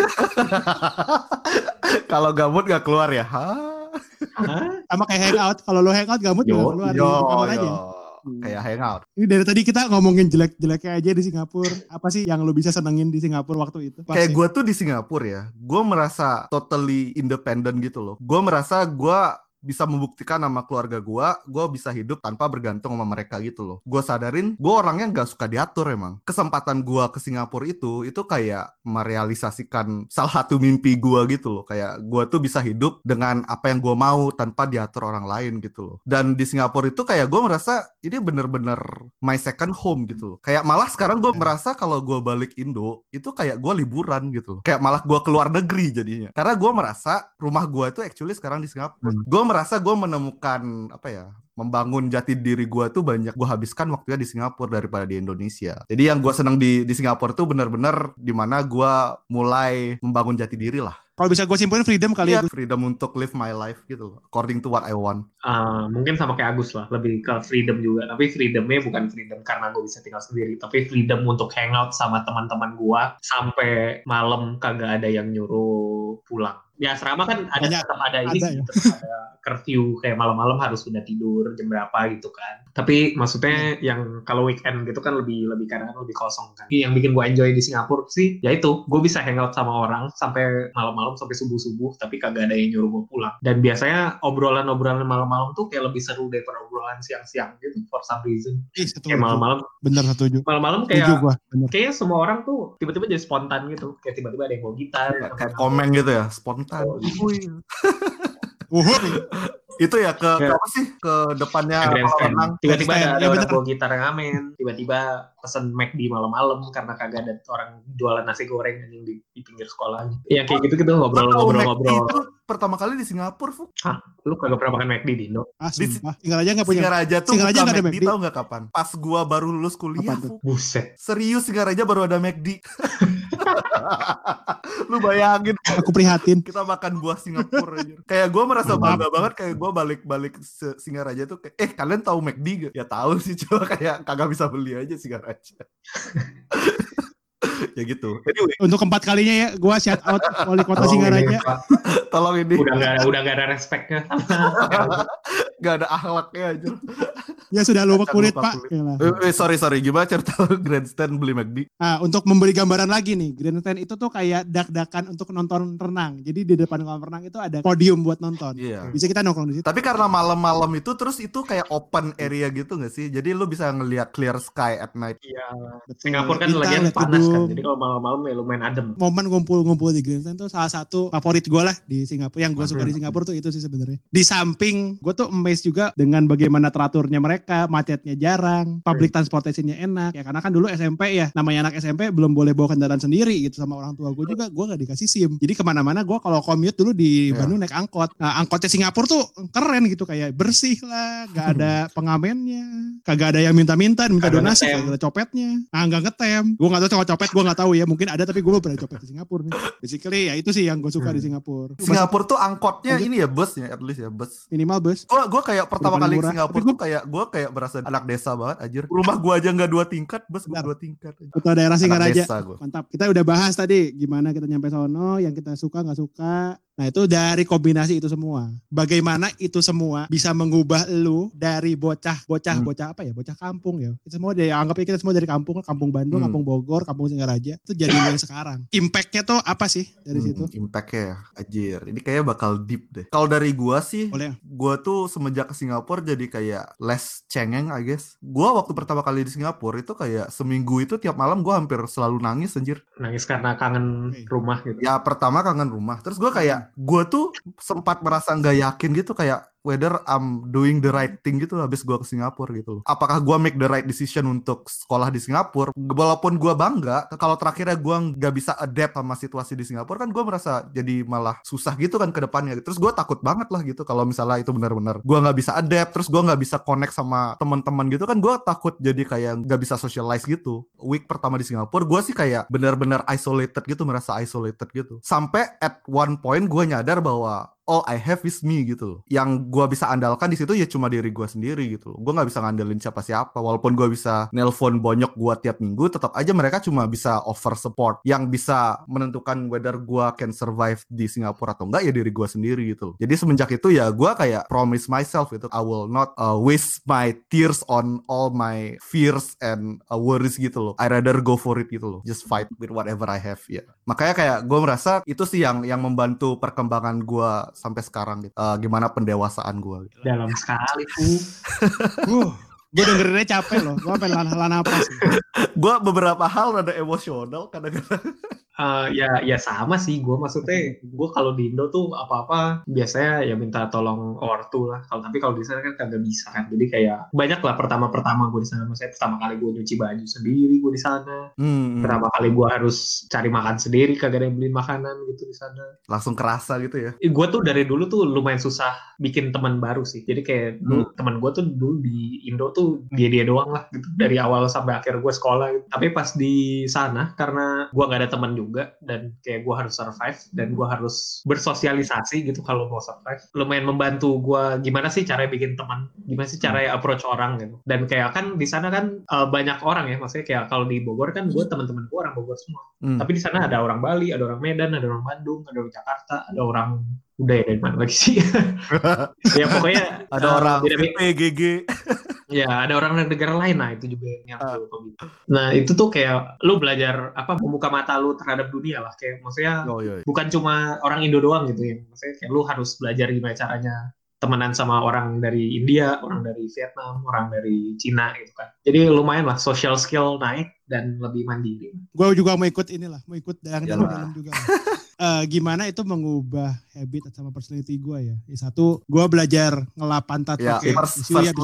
Kalau gabut gak keluar ya? Hah? Hah? Sama kayak hangout, kalau lo hangout gak mood Yo, nggak keluar di kamar aja. Kayak hangout. Ini dari tadi kita ngomongin jelek-jeleknya aja di Singapura. Apa sih yang lo bisa senengin di Singapura waktu itu? Kayak gue tuh di Singapura ya, gue merasa totally independent gitu loh. Gue merasa gue bisa membuktikan sama keluarga gue bisa hidup tanpa bergantung sama mereka gitu loh. Gue sadarin, gue orangnya gak suka diatur emang. Kesempatan gue ke Singapura itu kayak merealisasikan salah satu mimpi gue gitu loh. Kayak gue tuh bisa hidup dengan apa yang gue mau tanpa diatur orang lain gitu loh. Dan di Singapura itu kayak gue merasa ini bener-bener my second home gitu loh. Kayak malah sekarang gue merasa kalau gue balik Indo, itu kayak gue liburan gitu loh. Kayak malah gue keluar negeri jadinya. Karena gue merasa rumah gue itu actually sekarang di Singapura. Gue merasa gue menemukan membangun jati diri gue tuh banyak gue habiskan waktunya di Singapura daripada di Indonesia. Jadi yang gue seneng di Singapura tuh bener-bener dimana gue mulai membangun jati diri lah. Kalau bisa gue simpulin freedom kali ya. Freedom untuk live my life gitu loh, according to what I want. Mungkin sama kayak Agus lah, lebih ke freedom juga. Tapi freedomnya bukan freedom karena gue bisa tinggal sendiri, tapi freedom untuk hangout sama teman-teman gue sampai malam kagak ada yang nyuruh pulang. Ya asrama kan tetap ada ini sih, tetap ada curfew kayak malam-malam harus sudah tidur jam berapa gitu kan. Tapi maksudnya yang kalau weekend gitu kan lebih kadang lebih kosong kan. Yang bikin gue enjoy di Singapura sih, ya itu gue bisa hangout sama orang sampai malam-malam sampai subuh-subuh, tapi kagak ada yang nyuruh gue pulang. Dan biasanya obrolan-obrolan malam-malam tuh kayak lebih seru daripada obrolan siang-siang gitu for some reason. Kayak malam-malam. Bener, setuju. Malam-malam kayak semua orang tuh tiba-tiba jadi spontan gitu. Kayak tiba-tiba ada yang bawa gitar. Kayak komen gitu ya, spontan. Itu ya ke apa sih, ke depannya tiba-tiba ada orang bawa gitar ngamen, tiba-tiba pesen McD malam-malam karena kagak ada orang jualan nasi goreng yang di pinggir sekolah. Ya kayak gitu ngobrol-ngobrol. Itu pertama kali di Singapura, Fuk. Hah, lu kagak pernah makan McD di Indo? Singaraja nggak punya. Singaraja tuh Singaraja buka nggak ada McD, tahu nggak kapan? Pas gua baru lulus kuliah, Fuk. Buset. Serius, Singaraja baru ada McD. Lu bayangin, aku prihatin. Kita makan buah Singapura aja. Kayak gue merasa bangga banget, kayak gue balik Singaraja tuh kayak, kalian tahu McD gak? Ya tahu sih, cuma kayak kagak bisa beli aja Singaraja. Ya gitu. Anyway. Untuk keempat kalinya ya, gue shout out wali kota Singaraja. Tolong ini. Udah gak ada respectnya. Gak ada akhlaknya aja. Ya sudah lupa kulit Pak. Sorry. Gimana cerita grandstand beli McD? Untuk memberi gambaran lagi nih, grandstand itu tuh kayak dak-dakan untuk nonton renang. Jadi di depan kolam renang itu ada podium buat nonton. Yeah. Bisa kita nongkrong di situ. Tapi karena malam-malam itu terus itu kayak open area gitu nggak sih? Jadi lu bisa ngelihat clear sky at night. Iya. Singapura kan lagi panas kan. Jadi kalau malam-malam ya lumayan adem. Momen ngumpul-ngumpul di grandstand tuh salah satu favorit gue lah di Singapura. Yang gue suka di Singapura tuh itu sih sebenarnya. Di samping gue tuh amazed juga dengan bagaimana teraturnya mereka, macetnya jarang, public transportation-nya enak. Ya karena kan dulu SMP ya, namanya anak SMP belum boleh bawa kendaraan sendiri gitu sama orang tua gue juga, gue gak dikasih SIM. Jadi kemana-mana gue kalau commute dulu di Bandung naik angkot. Nah angkotnya Singapura tuh keren gitu, kayak bersih lah, gak ada pengamennya, kagak ada yang minta donasi, kagak ada copetnya. Nah gak ngetem. Gue gak tahu kalau copet, gue gak tahu ya, mungkin ada tapi gue belum pernah copet di Singapura nih. Basically ya itu sih yang gue suka di Singapura. Singapura tuh angkotnya ini ya busnya, at least ya bus. Minimal bus. Gue kayak pertama kali ke Singapura tuh gue kayak berasa anak desa banget anjir. Rumah gue aja gak 2 tingkat, bus gue 2 tingkat. Kota daerah Singaraja. Mantap. Kita udah bahas tadi gimana kita nyampe sono, yang kita suka gak suka. Nah itu dari kombinasi itu semua. Bagaimana itu semua bisa mengubah lu dari bocah apa ya? Bocah kampung ya. Kita semua anggapnya kita semua dari kampung Bandung, kampung Bogor, kampung Singaraja. Itu jadi yang sekarang. Impact-nya tuh apa sih dari situ? Impact-nya ya, anjir. Ini kayaknya bakal deep deh. Kalau dari gua sih, gua tuh semenjak ke Singapura jadi kayak less cengeng I guess. Gua waktu pertama kali di Singapura itu kayak seminggu itu tiap malam gua hampir selalu nangis anjir. Nangis karena kangen rumah gitu. Ya pertama kangen rumah. Terus gua kayak gue tuh sempat merasa nggak yakin gitu, kayak whether I'm doing the right thing gitu habis gue ke Singapura gitu loh. Apakah gue make the right decision untuk sekolah di Singapura? Walaupun gue bangga, kalau terakhirnya gue nggak bisa adapt sama situasi di Singapura, kan gue merasa jadi malah susah gitu kan ke depannya. Terus gue takut banget lah gitu kalau misalnya itu benar-benar gue nggak bisa adapt, terus gue nggak bisa connect sama teman-teman gitu kan, gue takut jadi kayak nggak bisa socialize gitu. Week pertama di Singapura, gue sih kayak benar-benar isolated gitu, merasa isolated gitu. Sampai at one point gue nyadar bahwa all I have is me gitu loh. Yang gue bisa andalkan di situ ya cuma diri gue sendiri gitu loh. Gue nggak bisa ngandelin siapa-siapa. Walaupun gue bisa nelpon bonyok gue tiap minggu, tetap aja mereka cuma bisa offer support. Yang bisa menentukan whether gue can survive di Singapura atau enggak ya diri gue sendiri gitu loh. Jadi semenjak itu ya gue kayak promise myself itu, I will not waste my tears on all my fears and worries gitu loh. I rather go for it gitu loh. Just fight with whatever I have ya. Makanya kayak gue merasa itu sih yang membantu perkembangan gue sampai sekarang gitu. Gimana pendewasaan gue gitu. Dalam sekali. Gue dengerinnya capek loh. Gue pengen lana apa sih. Gue beberapa hal rada emosional kadang-kadang. Ya sama sih, gue maksudnya gue kalau di Indo tuh apa-apa biasanya ya minta tolong ortu lah. Tapi kalau di sana kan kagak bisa kan. Jadi kayak banyak lah pertama gue di sana. Maksudnya pertama kali gue nyuci baju sendiri gue di sana. Pertama kali gue harus cari makan sendiri, kagak ada yang beli makanan gitu di sana. Langsung kerasa gitu ya. Gue tuh dari dulu tuh lumayan susah bikin teman baru sih. Jadi kayak teman gue tuh dulu di Indo tuh dia doang lah gitu dari awal sampai akhir gue sekolah gitu. Tapi pas di sana karena gue nggak ada teman juga dan kayak gue harus survive dan gue harus bersosialisasi gitu kalau mau survive, lumayan membantu gue gimana sih cara bikin teman, gimana sih cara approach orang gitu. Dan kayak kan di sana kan banyak orang ya, maksudnya kayak kalau di Bogor kan gue teman-teman gue orang Bogor semua, tapi di sana ada orang Bali, ada orang Medan, ada orang Bandung, ada orang Jakarta, ada orang udah ya dari mana lagi sih ya pokoknya ada orang PGG ya ada orang dari negara lain. Nah itu juga yang nah itu tuh kayak lu belajar apa, membuka mata lu terhadap dunia lah, kayak maksudnya bukan cuma orang Indo doang gitu ya, maksudnya kayak lu harus belajar gimana caranya temenan sama orang dari India, orang dari Vietnam, orang dari Cina gitu kan. Jadi lumayan lah social skill naik dan lebih mandiri. Gue juga mau ikut dalam juga. Gimana itu mengubah habit sama personality gue ya. Satu, gue belajar ngelap pantat pakai tisu ya.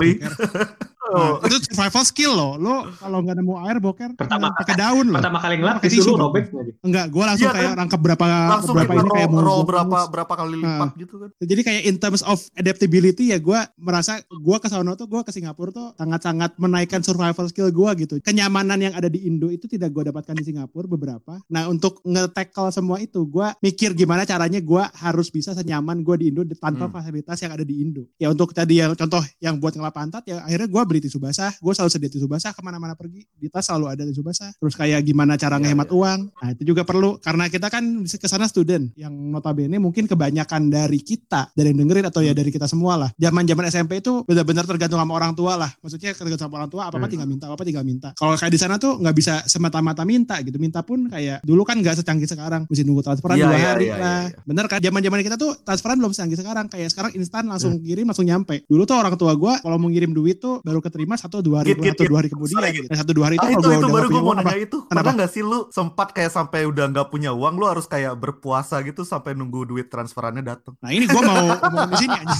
Nah, itu survival skill loh. Lo kalau nggak nemu air boker pakai daun loh. Pertama kali ngelap tisu lu robek nggak? Enggak, gue langsung kayak rangkap berapa ini kayak roll berapa kali lipat gitu kan. Jadi kayak in terms of adaptability ya, gue merasa gue ke sono tuh, gue ke Singapura tuh sangat-sangat menaikkan survival skill gue gitu. Kenyamanan yang ada di Indo itu tidak gue dapatkan di Singapura beberapa. Nah untuk nge-tackle semua itu, gue mikir gimana caranya gue harus bisa senyaman gue di Indo tanpa fasilitas yang ada di Indo. Ya untuk tadi yang contoh yang buat ngelap pantat ya, akhirnya gue beli tisu basah. Gue selalu sedia tisu basah kemana-mana pergi. Di tas selalu ada tisu basah. Terus kayak gimana cara ngehemat uang. Nah itu juga perlu. Karena kita kan kesana student. Yang notabene mungkin kebanyakan dari kita, dari yang dengerin atau ya dari kita semua lah. Zaman SMP itu benar-benar tergantung sama orang tua lah. Maksudnya tergantung sama orang tua, apa-apa tinggal minta. Kalau kayak di sana tuh nggak bisa semata-mata minta gitu. Minta pun kayak dulu kan nggak secanggih sekarang. Mesti nunggu transferan 2 hari lah. Bener kan? Zaman-zaman kita tuh transferan belum secanggih sekarang. Kayak sekarang instan langsung kirim langsung nyampe. Dulu tuh orang tua gue kalau mau ngirim duit tuh baru keterima 1-2 hari kemudian. Gitu. 1-2 hari itu kalau itu baru gue mau nanya itu. Pernah nggak sih lu sempat kayak sampai udah nggak punya uang, lu harus kayak berpuasa gitu sampai nunggu duit transferannya datang? Nah ini gue mau ngomong di sini aja.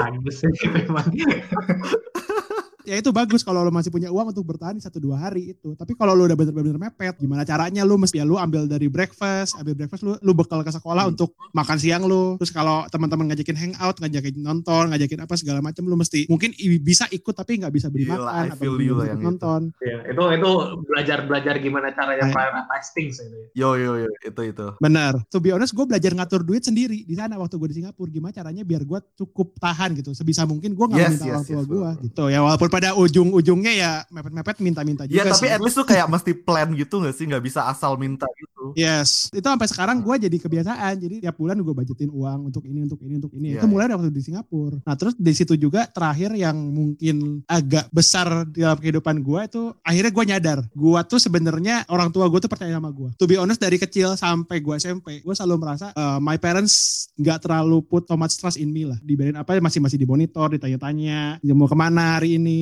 Ya itu bagus kalau lo masih punya uang untuk bertahan 1-2 hari itu. Tapi kalau lo udah bener-bener mepet, gimana caranya lo mesti ya lo ambil dari breakfast lo bekal ke sekolah untuk makan siang lo. Terus kalau teman-teman ngajakin hangout, ngajakin nonton, ngajakin apa segala macam, lo mesti mungkin bisa ikut tapi nggak bisa beli makan atau nonton. Ya, itu belajar gimana caranya prioritize things itu. Yo itu. Benar. To be honest, gue belajar ngatur duit sendiri di sana waktu gue di Singapura. Gimana caranya biar gue cukup tahan gitu. Sebisa mungkin gue nggak minta orang tua gue gitu. Ya walaupun pada ujung-ujungnya ya mepet-mepet minta-minta juga. Ya tapi at least tuh kayak mesti plan gitu gak sih? Gak bisa asal minta gitu. Yes. Itu sampai sekarang gue jadi kebiasaan. Jadi tiap bulan gue budgetin uang untuk ini. Itu mulai dari waktu di Singapura. Nah terus di situ juga terakhir yang mungkin agak besar dalam kehidupan gue itu akhirnya gue nyadar. Gue tuh sebenarnya orang tua gue tuh percaya sama gue. To be honest dari kecil sampai gue SMP gue selalu merasa my parents gak terlalu put so much trust in me lah. Dibanding apa masih dimonitor, ditanya-tanya mau kemana hari ini,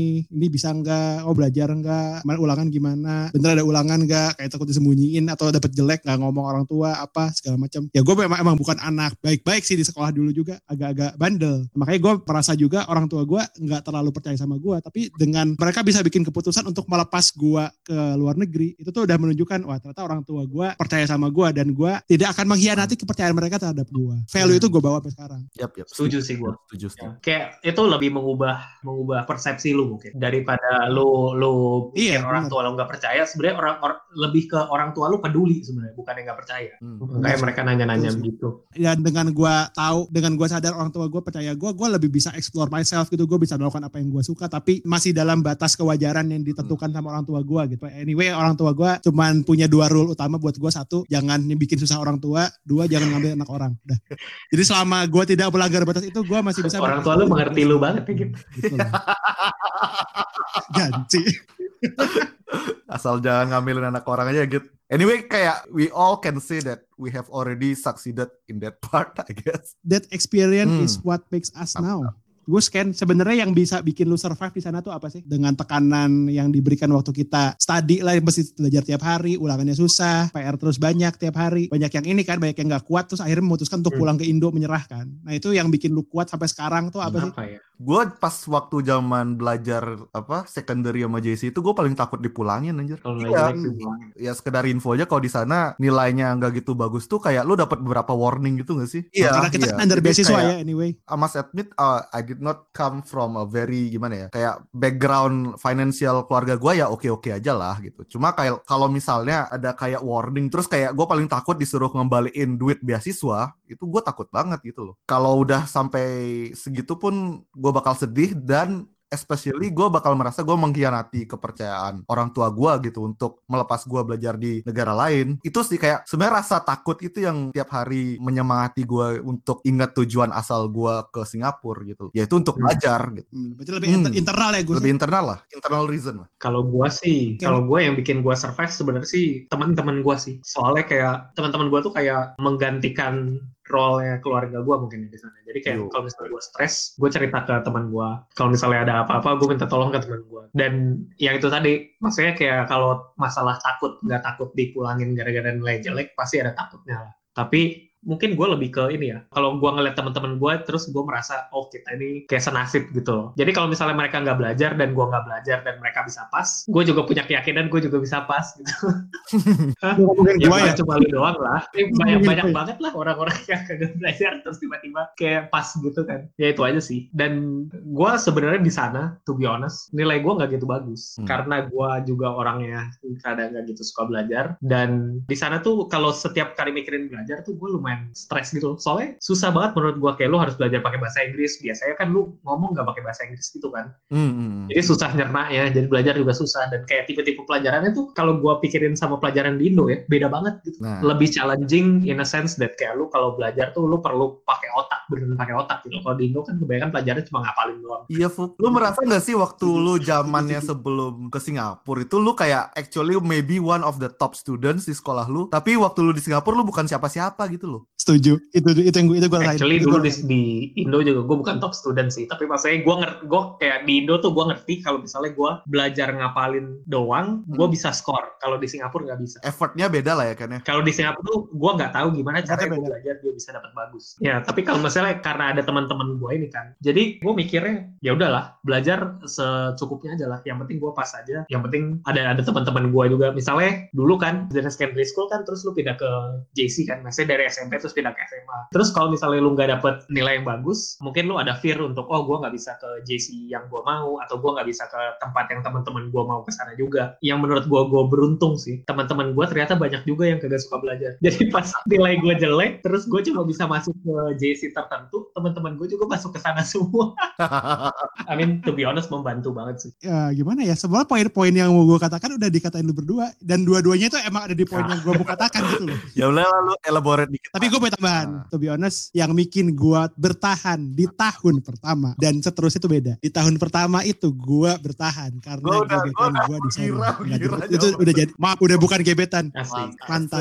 ini bisa enggak, belajar enggak, ulangan gimana, bener ada ulangan enggak, kayak takut disembunyiin atau dapet jelek nggak ngomong orang tua apa segala macam. Ya gue emang bukan anak baik-baik sih di sekolah dulu juga, agak-agak bandel. Makanya gue merasa juga orang tua gue nggak terlalu percaya sama gue, tapi dengan mereka bisa bikin keputusan untuk melepas gue ke luar negeri, itu tuh udah menunjukkan wah ternyata orang tua gue percaya sama gue dan gue tidak akan mengkhianati kepercayaan mereka terhadap gue. Value itu gue bawa sampai sekarang. Yap. Setuju sih gue. Setuju. Ya. Kayak itu lebih mengubah persepsi lu mungkin daripada lu pikir orang tua lu nggak percaya. Sebenarnya orang lebih ke orang tua lu peduli sebenarnya, bukan yang nggak percaya. Kayak mereka nanya-nanya begitu. Ya dengan gue sadar orang tua gue percaya gue lebih bisa explore myself gitu, gue bisa melakukan apa yang gue suka tapi masih dalam batas kewajaran yang ditentukan sama orang tua gue gitu. Anyway, orang tua gue cuman punya 2 rule utama buat gue. 1, jangan bikin susah orang tua. 2, jangan ngambil anak orang. Udah. Jadi selama gue tidak melanggar batas itu, gue masih bisa. Orang tua lu mengerti lu banget ya gitu. Ganci. Asal jangan ngambilin anak orang aja gitu. Anyway, kayak we all can say that we have already succeeded in that part, I guess. That experience is what makes us now. Gue sebenarnya yang bisa bikin lu survive di sana tuh apa sih? Dengan tekanan yang diberikan waktu kita study lah, mesti belajar tiap hari, ulangannya susah, PR terus banyak tiap hari, banyak yang ini kan, banyak yang nggak kuat, terus akhirnya memutuskan untuk pulang ke Indo menyerahkan. Nah itu yang bikin lu kuat sampai sekarang tuh apa sih? Ya? Gue pas waktu zaman belajar secondary sama JC itu gue paling takut dipulangin anjir. Ya sekedar info aja, kalau di sana nilainya nggak gitu bagus tuh kayak lu dapat beberapa warning gitu nggak sih? Iya. Karena kita kan under beasiswa ya anyway. I must admit I did not come from a very gimana ya, kayak background financial keluarga gue ya oke aja lah gitu. Cuma kayak kalau misalnya ada kayak warning terus kayak gue paling takut disuruh ngembaliin duit beasiswa, itu gue takut banget gitu loh. Kalau udah sampai segitu pun gue bakal sedih dan especially gue bakal merasa gue mengkhianati kepercayaan orang tua gue gitu untuk melepas gue belajar di negara lain. Itu sih kayak sebenarnya rasa takut itu yang tiap hari menyemangati gue untuk ingat tujuan asal gue ke Singapura gitu, yaitu untuk belajar gitu. Berarti lebih internal ya gue. Lebih internal lah, internal reason lah. Kalau gue yang bikin gue survive sebenarnya sih teman-teman gue sih. Soalnya kayak teman-teman gue tuh kayak menggantikan role-nya keluarga gue mungkin di sana. Jadi kayak kalau misalnya gue stres, gue cerita ke teman gue. Kalau misalnya ada apa-apa, gue minta tolong ke teman gue. Dan yang itu tadi, maksudnya kayak kalau masalah nggak takut dipulangin gara-gara nilai jelek, pasti ada takutnya lah. Tapi mungkin gue lebih ke ini ya, kalau gue ngeliat teman-teman gue terus gue merasa kita ini kayak senasib gitu loh. Jadi kalau misalnya mereka nggak belajar dan gue nggak belajar dan mereka bisa pas, gue juga punya keyakinan gue juga bisa pas gitu. Mungkin gue ya cuma lu doang lah. Banyak banget lah orang-orang yang kagak belajar terus tiba-tiba kayak pas gitu kan. Ya itu aja sih. Dan gue sebenarnya di sana, to be honest, nilai gue nggak gitu bagus karena gue juga orangnya kadang nggak gitu suka belajar. Dan di sana tuh kalau setiap kali mikirin belajar tuh gue lumayan stres gitu. Soalnya susah banget menurut gue, kayak lu harus belajar pakai bahasa Inggris. Biasanya kan lu ngomong nggak pakai bahasa Inggris gitu kan. Jadi susah nyernanya, jadi belajar juga susah. Dan kayak tipe-tipe pelajarannya tuh kalau gue pikirin sama pelajaran di Indo ya beda banget gitu. Lebih challenging in a sense that kayak lu kalau belajar tuh lu perlu pakai otak, bener-bener pakai otak gitu. Kalau di Indo kan kebanyakan pelajaran cuma ngapalin doang. Iya, Fuk. Lu merasa nggak sih waktu lu zamannya sebelum ke Singapura itu lu kayak actually maybe one of the top students di sekolah lu, tapi waktu lu di Singapura lu bukan siapa-siapa gitu loh. Setuju. Itu gue rasain. Actually dulu di Indo juga gue bukan top student sih, tapi maksudnya gue kayak di Indo tuh gue ngerti kalau misalnya gue belajar ngapalin doang, gue bisa skor. Kalau di Singapura nggak bisa. Effortnya beda lah ya kan ya. Kalau di Singapura tuh gue nggak tahu gimana cara gue belajar dia bisa dapat bagus. Ya tapi kalau misalnya karena ada teman-teman gue ini kan, jadi gue mikirnya ya udahlah belajar secukupnya aja lah. Yang penting gue pas aja. Yang penting ada teman-teman gue juga. Misalnya dulu kan dari secondary school kan, terus lu pindah ke JC kan, maksudnya dari SMP terus pindah ke SMA. Terus kalau misalnya lu nggak dapet nilai yang bagus, mungkin lu ada fear untuk gue nggak bisa ke JC yang gue mau, atau gue nggak bisa ke tempat yang teman-teman gue mau ke sana juga. Yang menurut gue beruntung sih, teman-teman gue ternyata banyak juga yang kagak suka belajar. Jadi pas nilai gue jelek, terus gue cuma bisa masuk ke JC tertentu, teman-teman gue juga masuk ke sana semua. I mean, to be honest, membantu banget sih. Ya gimana ya, semua poin-poin yang mau gue katakan udah dikatain lu berdua, dan dua-duanya itu emang ada di poin yang gue mau katakan gitu loh. Ya udah lu elaborate dikit Tapi gue punya tambahan. To be honest, yang bikin gue bertahan di tahun pertama dan seterusnya itu beda. Di tahun pertama itu gue bertahan karena gebetan gue di sana. Itu udah jadi, maaf udah bukan gebetan. Asli. Mantan.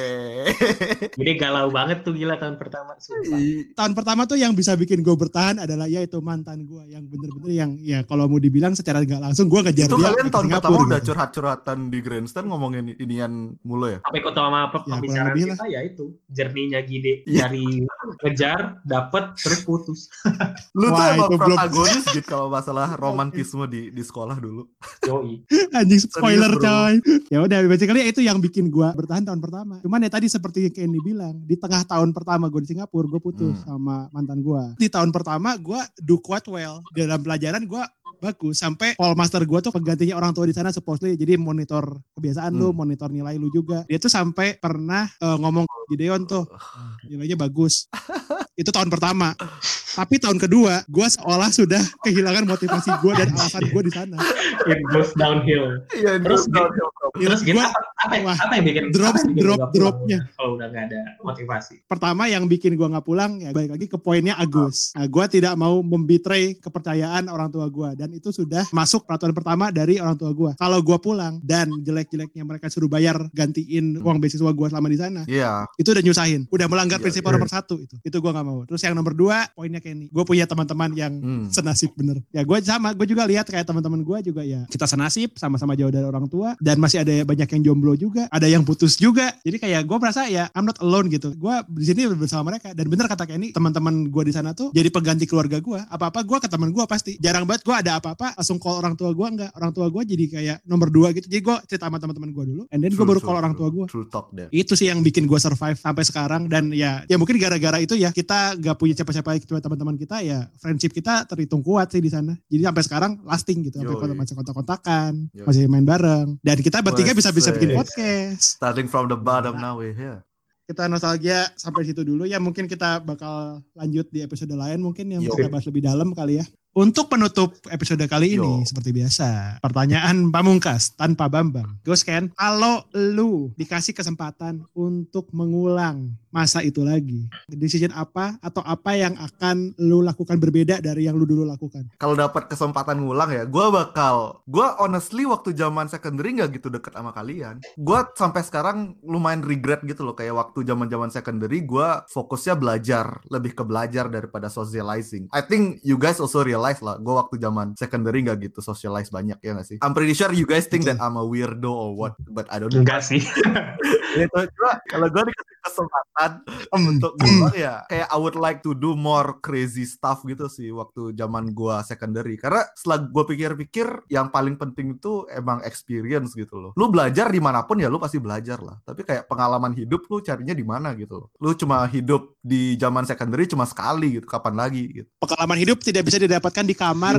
Jadi galau banget tuh gila tahun pertama. Sumpah. Tahun pertama tuh yang bisa bikin gue bertahan adalah ya itu mantan gue yang bener-bener yang ya kalau mau dibilang secara nggak langsung gue ngejar itu dia. Kalian tahun Singapura, pertama udah gitu. curhat-curhatan di Grandstand ngomongin inian mulu ya? Sampai kota sama pembicaraan kita ya itu journey-nya Gide dari ngejar, dapet, terus putus. Lu tuh Wah, emang itu belum- protagonis gitu kalau masalah romantisme di sekolah dulu. Yoi. Anjing spoiler Serius, bro. coy. Ya udah basically itu yang bikin gue bertahan tahun pertama. Cuman ya tadi seperti yang Kenny bilang, di tengah tahun pertama gue di Singapura gue putus sama mantan gue. Di tahun pertama gue do quite well. Dalam pelajaran gue bagus sampai call master gue tuh penggantinya orang tua di sana supposedly, jadi monitor kebiasaan lu, monitor nilai lu juga. Dia tuh sampai pernah ngomong Gideon tuh nilainya bagus. Itu tahun pertama. Tapi tahun kedua, gue seolah sudah kehilangan motivasi gue dan alasan gue di sana. It goes downhill. Iya, Terus gitu Gua- apa yang bikin drop- apa yang bikin lu nggak dropnya. pulang kalau udah nggak ada motivasi? Pertama yang bikin gue nggak pulang ya balik lagi ke poinnya Agus. Nah, gue tidak mau membetray kepercayaan orang tua gue dan itu sudah masuk peraturan pertama dari orang tua gue. Kalau gue pulang dan jelek-jeleknya mereka suruh bayar gantiin uang beasiswa gue selama di sana, Iya. itu udah nyusahin, udah melanggar Iya, prinsip iya. nomor 1 itu gue nggak mau. Terus yang nomor 2 poinnya Kenny, gue punya teman-teman yang senasib bener. Ya gue sama, gue juga lihat kayak teman-teman gue juga ya kita senasib, sama-sama jauh dari orang tua dan masih ada banyak yang jomblo juga, ada yang putus juga. Jadi kayak gue merasa ya I'm not alone gitu. Gue di sini bersama mereka dan bener kata Kenny, teman-teman gue di sana tuh jadi pengganti keluarga gue. Apa-apa gue ke teman gue pasti. Jarang banget gue ada apa-apa langsung call orang tua gue, enggak. Orang tua gue jadi kayak nomor 2 gitu. Jadi gue cerita sama teman-teman gue dulu, and then gue baru call orang tua gue. True talk deh. Itu sih yang bikin gue survive sampai sekarang dan ya mungkin gara-gara itu ya kita gak punya siapa-siapa cuma teman-teman kita, ya friendship kita terhitung kuat sih di sana. Jadi sampai sekarang lasting gitu, sampai masih kontak-kontakan, masih main bareng dan kita bertiga bisa bikin podcast. Starting from the bottom now we're here. Kita nostalgia sampai situ dulu ya, mungkin kita bakal lanjut di episode lain mungkin yang kita bahas lebih dalam kali ya. Untuk penutup episode kali ini, seperti biasa, pertanyaan pamungkas tanpa Bambang. Gus Ken, kalau lu dikasih kesempatan untuk mengulang masa itu lagi, decision apa atau apa yang akan lu lakukan berbeda dari yang lu dulu lakukan? Kalau dapat kesempatan ngulang ya, gue honestly waktu zaman secondary nggak gitu deket sama kalian. Gue sampai sekarang lumayan regret gitu loh, kayak waktu zaman secondary gue fokusnya belajar, lebih ke belajar daripada socializing. I think you guys also realize lah, gue waktu zaman secondary nggak gitu socialize banyak, ya nggak sih? I'm pretty sure you guys think that I'm a weirdo or what, but I don't know. Enggak sih. Kalau gue dikasih kesempatan untuk ngulang ya, kayak I would like to do more crazy stuff gitu sih waktu zaman gue secondary. Karena setelah gue pikir-pikir, yang paling penting itu emang experience gitu loh. Lu belajar dimanapun ya lu pasti belajar lah. Tapi kayak pengalaman hidup lu carinya di mana gitu loh. Lu cuma hidup di zaman secondary cuma sekali gitu, kapan lagi gitu. Pengalaman hidup tidak bisa didapatkan di kamar.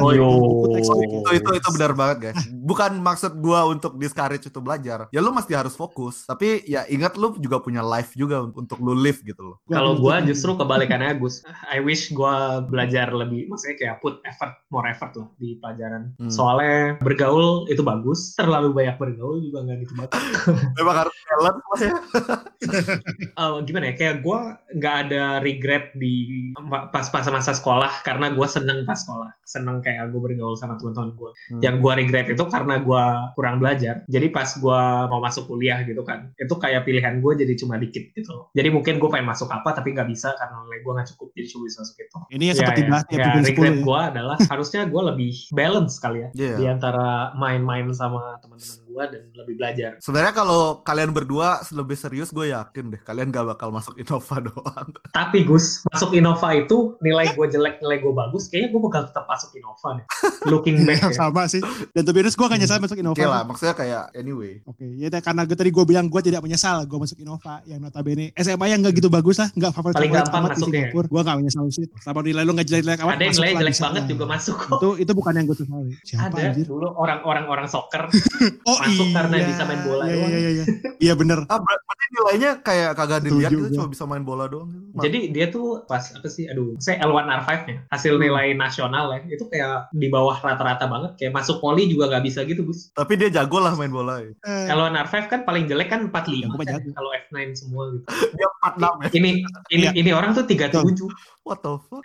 Itu benar banget guys. Bukan maksud gua untuk discourage itu belajar. Ya lu mesti harus fokus. Tapi ya ingat lu juga punya life juga untuk lu live gitu loh. Kalau gua justru kebalikannya Agus. I wish gua belajar lebih, maksudnya kayak put more effort lah di pelajaran. Soalnya bergaul itu bagus. Terlalu banyak bergaul juga nggak gitu banget. Memang harus balance lah ya. Gimana ya? Kayak gua nggak ada regret di pas masa sekolah karena gua seneng pas sekolah. Seneng kayak gue bergaul sama teman-teman gue. Yang gue regret itu karena gue kurang belajar. Jadi pas gue mau masuk kuliah gitu kan, itu kayak pilihan gue jadi cuma dikit gitu. Jadi mungkin gue pengen masuk apa tapi nggak bisa karena nilai gue nggak cukup, jadi cuma bisa masuk itu. Ini yang seperti bahas di episode 10 regret ya. gue adalah harusnya gue lebih balance kali ya di antara main-main sama teman-teman gue dan lebih belajar. Sebenarnya kalau kalian berdua lebih serius, gue yakin deh kalian gak bakal masuk Innova doang. Tapi Gus, masuk Innova itu nilai gue jelek, nilai gue bagus, kayaknya gue bakal tetap masuk Innova deh. Looking back ya. Sama sih. Dan tapi gue gak nyesal masuk Innova. Oke lah, maksudnya kayak anyway. Oke, ya karena tadi gue bilang gue tidak menyesal gue masuk Innova yang notabene SMA yang gak gitu bagus lah, gak favorit paling gampang masuknya. Gue gak menyesal sih. Sama nilai lu gak jelek-jelek amat. Ada yang nilai jelek banget juga masuk. Itu bukan yang gue sesali. Siapa ada anjir? dulu orang soccer. Oh masuk karena Iya, bisa main bola iya, doang. Iya, iya bener. Berarti nilainya kayak kagak Setuju dilihat gitu, gua. cuma bisa main bola doang gitu. Jadi dia tuh pas apa sih, aduh, saya L1R5-nya, hasil nilai nasional ya, itu kayak di bawah rata-rata banget, kayak masuk poli juga nggak bisa gitu, Gus. Tapi dia jago lah main bola ya. L1R5 kan paling jelek kan 45 Jago mah kan, jago. kalau F9 semua gitu. Dia 46 ya. Ini orang tuh 37. What the fuck?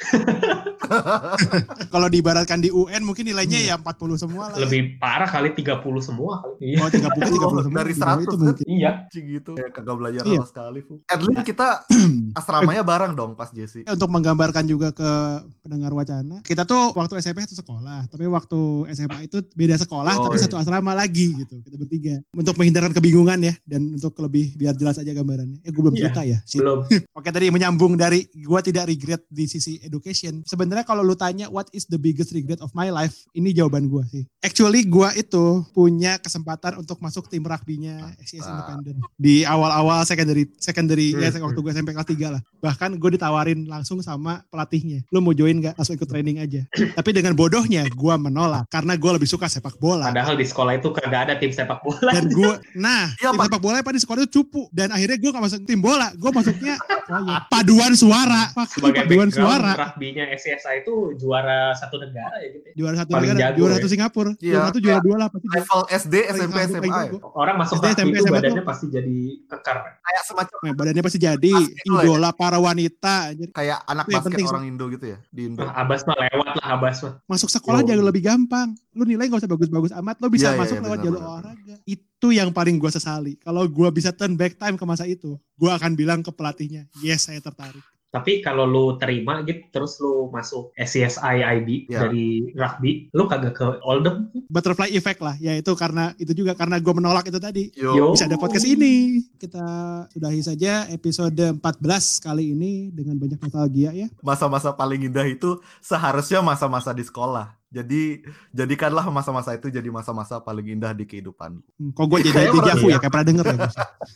Kalau diibaratkan di UN mungkin nilainya ya 40 semua lah. Lebih parah kali 30 semua kali. Iya. Oh 30 semua. Dari Di bawah 100 itu kan? mungkin. Iya. Cing gitu. Kayak kagak belajar Iya. sama sekali, Fu. At least kita asramanya bareng dong pas Jesse. Untuk menggambarkan juga ke pendengar wacana, kita tuh waktu SMP satu sekolah, tapi waktu SMA itu beda sekolah, tapi iya. satu asrama lagi gitu, kita bertiga. Untuk menghindarkan kebingungan ya, dan untuk lebih biar jelas aja gambarannya. Gue belum Iya, cerita ya. Belum. Oke, tadi menyambung dari gue tidak regret di sisi education. Sebenarnya kalau lu tanya what is the biggest regret of my life, ini jawaban gue sih. Actually gue itu punya kesempatan untuk masuk tim rugby-nya SCS Independent di awal-awal secondary ya waktu gue SMP kelas 3 lah. Bahkan gue ditawarin langsung sama pelatihnya, lu mau join gak? Langsung ikut training aja. Tapi dengan bodohnya gue menolak karena gue lebih suka sepak bola. Padahal di sekolah itu kagak ada tim sepak bola. Dan gue, Iya, tim Pak. sepak bola apa di sekolah itu cupu. Dan akhirnya gue gak masuk tim bola, gue masuknya paduan suara. Sebagai Paduan background, suara. rugby-nya SCSI itu juara satu negara ya gitu. Juara satu Paling negara, jago juara ya. satu Singapura, Iya. juara satu juara dua lah pasti. Level SD, SMP, Paling SMA ya. jago. Orang masuk SD, rugby SMP, itu SMA badannya tuh. pasti jadi kekar. Kayak semacam Nah, badannya pasti jadi Basket lah ya. idola para wanita. Jadi kayak anak Itu yang basket penting sih. orang Indo gitu ya di Indo. Abas mah lewat lah Abas mah. masuk sekolah Yo. jauh lebih gampang. Lu nilai gak usah bagus-bagus amat, lu bisa Iya, iya, masuk iya, lewat benar, jalur benar. olahraga. Itu yang paling gue sesali. Kalau gue bisa turn back time ke masa itu, gue akan bilang ke pelatihnya, yes saya tertarik. Tapi kalau lu terima gitu, terus lu masuk SCSI IB Ya. dari rugby, lu kagak ke Oldham? Butterfly effect lah, ya itu juga karena gue menolak itu tadi. Yo. Bisa ada podcast ini. Kita sudahi saja episode 14 kali ini dengan banyak nostalgia ya. Masa-masa paling indah itu seharusnya masa-masa di sekolah. Jadi jadikanlah masa-masa itu jadi masa-masa paling indah di kehidupan. Kok gue jadi Kayak dejavu orang- ya, kayak pernah denger ya. Gus?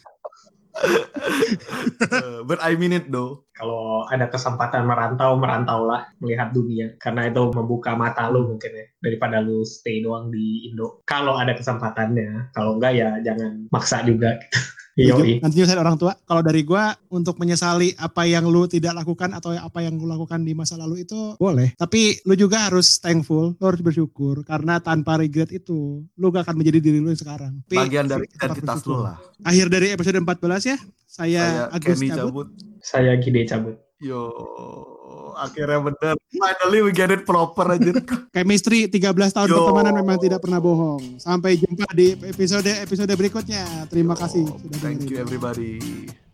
But I mean it though. Kalau ada kesempatan merantaulah melihat dunia. Karena itu membuka mata lu mungkin ya. Daripada lu stay doang di Indo. Kalau ada kesempatannya. Kalau enggak ya jangan maksa juga. Yoi. Nanti nyusahin orang tua. Kalau dari gue, untuk menyesali apa yang lu tidak lakukan atau apa yang lu lakukan di masa lalu itu boleh. Tapi lu juga harus thankful, lu harus bersyukur. Karena tanpa regret itu, lu gak akan menjadi diri lu yang sekarang. Tapi Bagian dari tetap identitas bersyukur. lu lah. Akhir dari episode 14 ya. Saya Agus Kenny cabut. cabut. Saya Gide cabut. Yo, akhirnya bener. Finally we get it proper aja. Chemistry 13 tahun Yo. pertemanan memang tidak pernah bohong. Sampai jumpa di episode berikutnya. Terima kasih sudah Thank you dengerin. everybody.